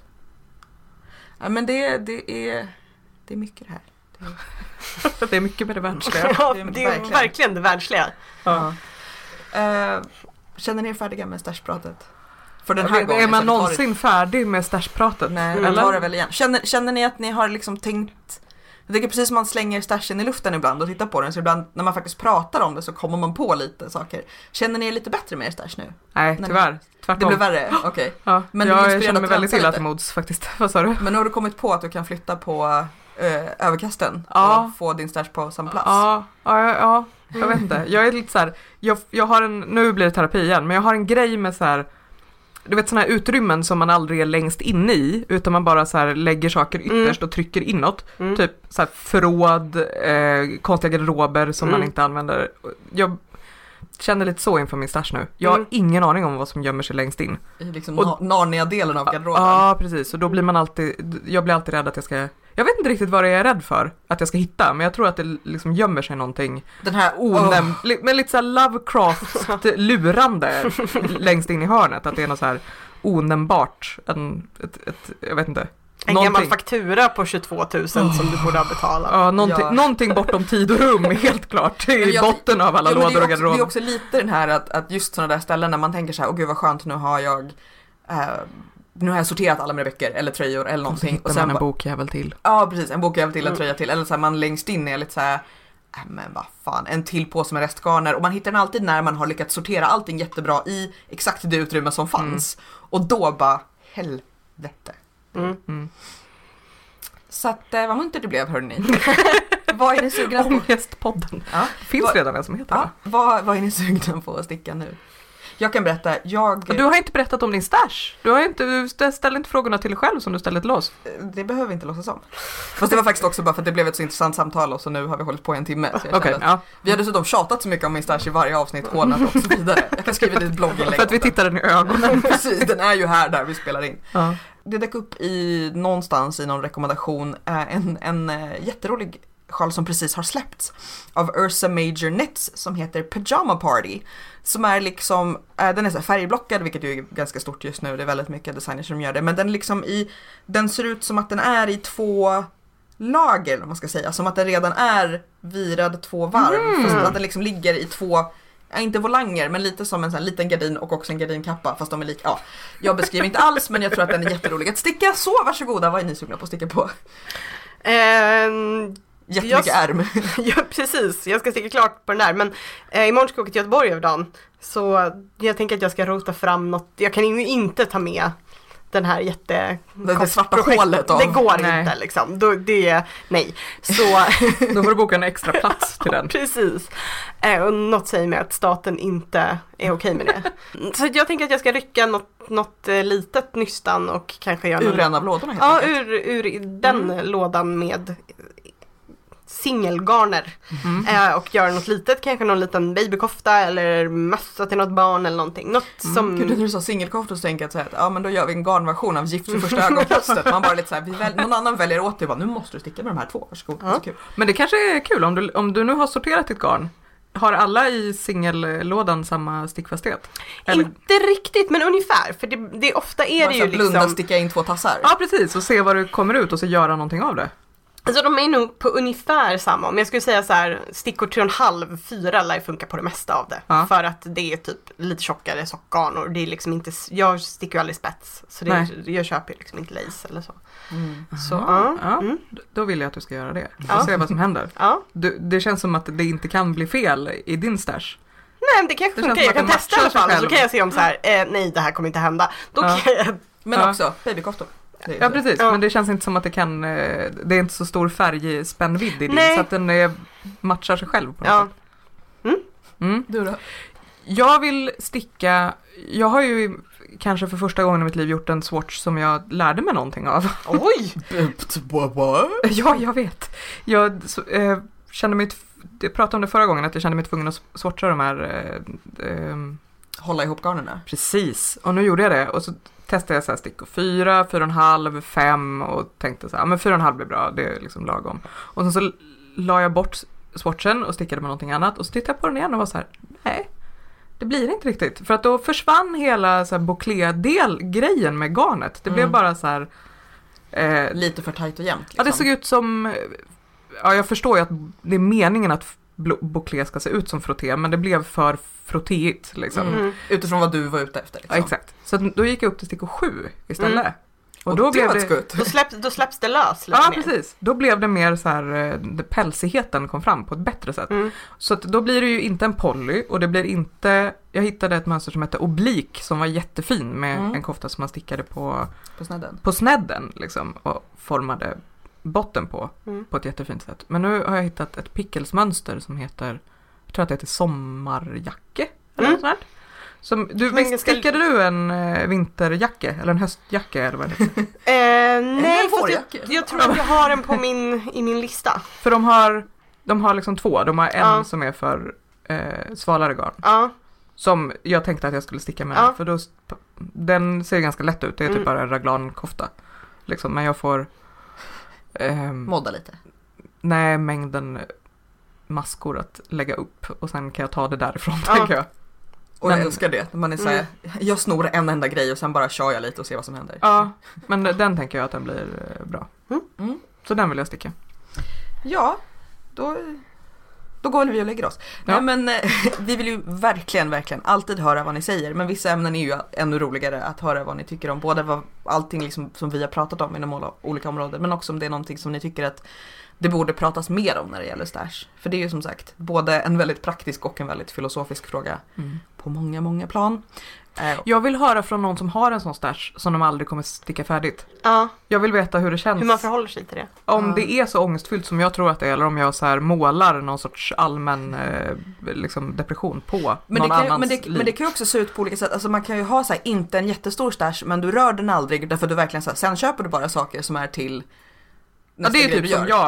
Ja, men det är mycket det här. Det är mycket med det världsliga. Ja, det är verkligen det världsliga. Ja. Känner ni er färdiga med stashpratet? För den här gången. Är man någonsin färdig med stashpratet? Nej, eller? Tar det väl igen. Känner ni att ni har liksom tänkt... Jag tänker precis som man slänger stashen i luften ibland och tittar på den, så ibland när man faktiskt pratar om det så kommer man på lite saker. Känner ni er lite bättre med er stash nu? Nej, tyvärr. Tvärtom. Det blev värre, okej. Okay. Ja, men jag känner mig väldigt illa till mods faktiskt. Vad sa du? Men nu har du kommit på att du kan flytta på överkasten och få din stash på samma plats? Ja. Jag vet inte. Jag är lite så här, jag har en, nu blir det terapi igen, men jag har en grej med så här, du vet såna här utrymmen som man aldrig är längst inne i, utan man bara så här lägger saker ytterst och trycker inåt. Typ så här förråd, konstiga garderober som man inte använder. Jag känner lite så inför min stash nu. Jag har ingen aning om vad som gömmer sig längst in. Liksom Narnia-delen av garderoben. Ja, precis. Och då blir jag blir alltid rädd att jag vet inte riktigt vad det är jag är rädd för att jag ska hitta, men jag tror att det liksom gömmer sig någonting. Den här men lite så här Lovecraft lurande längst in i hörnet, att det är något så här onämnbart, jag vet inte. En gammal faktura på 22 000 som du borde ha betalat. Ja, någonting bortom tid och rum, helt klart. I botten av alla lådor och garderober. Det är också lite den här att just sådana där ställen när man tänker så här, gud vad skönt, nu har jag sorterat alla mina böcker eller tröjor eller någonting. Och sen en bokjävel till. Ja, precis. En bokjävel till, en tröja till. Eller så här, man längst in är lite så här, men vad fan, en till påse med restgarner. Och man hittar den alltid när man har lyckats sortera allting jättebra i exakt det utrymme som fanns. Och då bara, helvete. Så att, vad munter det blev, hörni. Vad är ni sugna på? Ångestpodden. Ja. Finns redan en som heter det. Vad är ni sugna på att sticka nu? Jag kan berätta, Du har inte berättat om din stash. Du ställer inte frågorna till dig själv som du ställer till oss. Det behöver vi inte låtsas om. Fast det var faktiskt också bara för att det blev ett så intressant samtal, och så nu har vi hållit på en timme. Vi har dessutom tjatat så mycket om min stash i varje avsnitt, hånat och så vidare. Jag kan skriva ett blogginlägg. För att vi tittar den i ögonen. Precis, den är ju här där vi spelar in. Det dök upp någonstans i någon rekommendation en jätterolig sjal som precis har släppts av Ursa Major Knits som heter Pyjama Party, som är liksom, den är så färgblockad, vilket ju är ganska stort just nu, det är väldigt mycket designers som gör det, men den liksom den ser ut som att den är i 2 lager, om man ska säga, som att den redan är virad 2 varv, fast att den liksom ligger i 2, inte volanger, men lite som en sån liten gardin och också en gardinkappa, fast de är lika. Ja, jag beskriver inte alls, men jag tror att den är jätterolig att sticka. Så varsågoda, vad är ni sugna på att sticka på? Jättemycket ärm. Ja, precis. Jag ska sticka klart på den där. Men imorgon ska jag åka till Göteborg över dagen. Så jag tänker att jag ska rota fram något. Jag kan ju inte ta med den här det svarta hålet av. Det går inte liksom. Nej. Så då får du boka en extra plats till den. Precis. Och något säger mig att staten inte är okej med det. Så jag tänker att jag ska rycka något litet nystan och kanske göra ur en av lådorna. Ja, ur den lådan med singelgarner och göra något litet, kanske någon liten babykofta eller mössa till något barn eller någonting. Något som... Gud, när du sa singelkofta så tänker jag att men då gör vi en garnversion av Gift för första ögonkastet. Man bara lite så här, någon annan väljer åt dig, nu måste du sticka med de här 2, varsågod. Ja. Kul. Men det kanske är kul om du nu har sorterat ditt garn. Har alla i singellådan samma stickfasthet? Eller? Inte riktigt, men ungefär. För det ofta är det ju liksom... blunda, sticka in 2 tassar. Ja, precis. Och se vad det kommer ut och så göra någonting av det. Alltså de är nog på ungefär samma. Men jag skulle säga så här, stickor 3,5-4 lär funka på det mesta av det. Ja. För att det är typ lite tjockare sockgarn och det är liksom inte, jag sticker ju aldrig spets. Så jag köper ju liksom inte lace eller så. Då vill jag att du ska göra det. Och se vad som händer. Ja. Det känns som att det inte kan bli fel i din stash. Nej, men det kanske funkar. Jag kan testa i alla fall. Så kan jag se om så här, nej det här kommer inte hända. Då kan jag... Men också babykoftor. Ja, precis. Men det känns inte som att det är inte så stor färgspännvidd i det. Så att den matchar sig själv på något sätt. Du då? Jag vill sticka, jag har ju kanske för första gången i mitt liv gjort en swatch som jag lärde mig någonting av. Oj! Ja, jag vet. Jag kände mig, jag pratade om det förra gången, att jag kände mig tvungen att swatcha de här hålla ihop garnerna. Precis. Och nu gjorde jag det. Och så testade jag så här stickor 4, 4,5, 5 och tänkte så här, men 4,5 blir bra, det är liksom lagom. Och sen så la jag bort swatchen och stickade med någonting annat och så tittade jag på den igen och var så här, nej, det blir inte riktigt. För att då försvann hela så här bouclé-del-grejen med garnet. Det blev bara så här... lite för tajt och jämnt. Liksom. Ja, det såg ut som... Ja, jag förstår ju att det är meningen att bouclé ska se ut som frotté, men det blev för frottéigt liksom. Utifrån vad du var ute efter liksom. Ja, exakt. Så då gick jag upp till stickor 7 istället. Och då blev det då släpps det lös lite ja, mer. Precis. Då blev det mer så här, pälsigheten kom fram på ett bättre sätt. Så att då blir det ju inte en poly, och det blir inte, jag hittade ett mönster som hette oblik som var jättefin med en kofta som man stickade på snedden liksom, och formade botten på ett jättefint sätt. Men nu har jag hittat ett pickelsmönster som heter, jag tror att det heter sommarjacke eller något sånt. Som, stickade du en vinterjacke eller en höstjacke eller vad det nej, jag tror att jag har den på i min lista. För de har liksom 2. De har en som är för svalare garn. Som jag tänkte att jag skulle sticka med för då, den ser ganska lätt ut. Det är typ bara en raglankofta. Liksom, men jag får modda lite. Nej, mängden maskor att lägga upp och sen kan jag ta det därifrån tänker jag. Och jag älskar det. Man är så här, jag snor en enda grej och sen bara kör jag lite och ser vad som händer. Ja, men den tänker jag att den blir bra. Så den vill jag sticka. Ja, då går vi och lägger oss. Ja. Nej, men vi vill ju verkligen alltid höra vad ni säger. Men vissa ämnen är ju ännu roligare att höra vad ni tycker om. Både allting liksom som vi har pratat om inom olika områden. Men också om det är någonting som ni tycker att det borde pratas mer om när det gäller stash. För det är ju som sagt både en väldigt praktisk och en väldigt filosofisk fråga på många plan. Jag vill höra från någon som har en sån stash som de aldrig kommer sticka färdigt. Ja. Jag vill veta hur det känns. Hur man förhåller sig till det. Om det är så ångestfyllt som jag tror att det är, eller om jag så här målar någon sorts allmän liksom depression på någon annans liv. Men det kan ju också se ut på olika sätt. Alltså man kan ju ha så här, inte en jättestor stash, men du rör den aldrig därför du verkligen så här, sen köper du bara saker som är till nästa grej. Det är typ som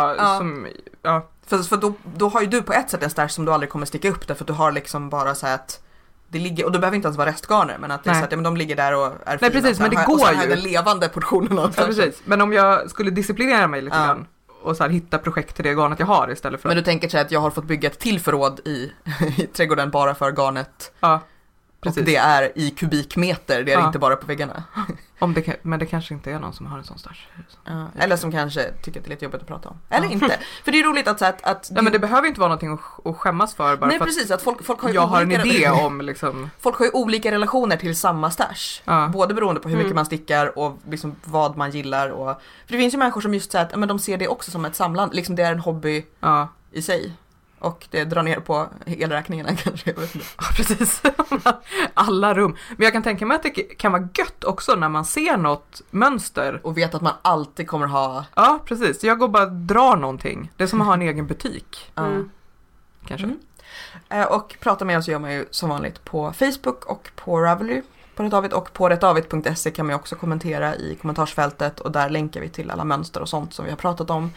jag För då har ju du på ett sätt en stash som du aldrig kommer sticka upp därför att du har liksom bara så här att det ligger, och det behöver inte ens vara restgarner, men att det är så att men de ligger där och är fina. Nej, precis, men det går ju. Den levande portionen av ja, precis. Men om jag skulle disciplinera mig lite grann och så här, hitta projekt till det garnet jag har istället för. Men du tänker så att jag har fått bygga ett till förråd i trädgården bara för garnet. Ja. Precis. Och det är i kubikmeter, det är inte bara på väggarna. Men det kanske inte är någon som har en sån stash. Eller som kanske tycker att det är lite jobbigt att prata om. Eller inte. För det är roligt att men det behöver inte vara någonting att skämmas för. Bara nej, för precis. Att folk har ju jag har en idé om liksom. Folk har ju olika relationer till samma stash. Både beroende på hur mycket man stickar och liksom vad man gillar. För det finns ju människor som just säger att men de ser det också som ett samlande. Liksom det är en hobby i sig. Och det drar ner på elräkningarna kanske. Ja, precis. Alla rum. Men jag kan tänka mig att det kan vara gött också när man ser något mönster. Och vet att man alltid kommer ha. Ja, precis. Jag går bara och drar någonting. Det är som att ha en egen butik. Kanske. Och prata med oss gör man ju som vanligt på Facebook och på Ravelry på Rättavit. Och på rättavit.se kan man också kommentera i kommentarsfältet. Och där länkar vi till alla mönster och sånt som vi har pratat om.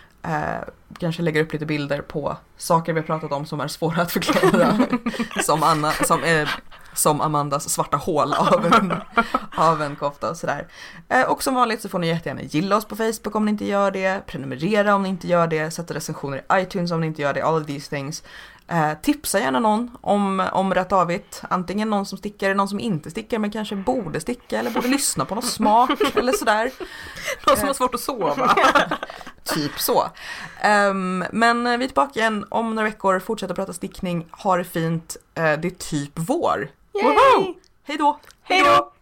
Kanske lägger upp lite bilder på saker vi har pratat om som är svåra att förklara. som Amandas svarta hål av en kofta och sådär. Och som vanligt så får ni jättegärna gilla oss på Facebook om ni inte gör det. Prenumerera om ni inte gör det. Sätta recensioner i iTunes om ni inte gör det. All of these things. Tipsa gärna någon om Rättavit. Antingen någon som stickar eller någon som inte stickar men kanske borde sticka eller borde lyssna på någon smak eller sådär. Någon som har svårt att sova. Typ så. Men vi är tillbaka igen om några veckor. Fortsätta prata stickning. Ha det fint. Det är typ vår. Yay! Hej då! Hej då!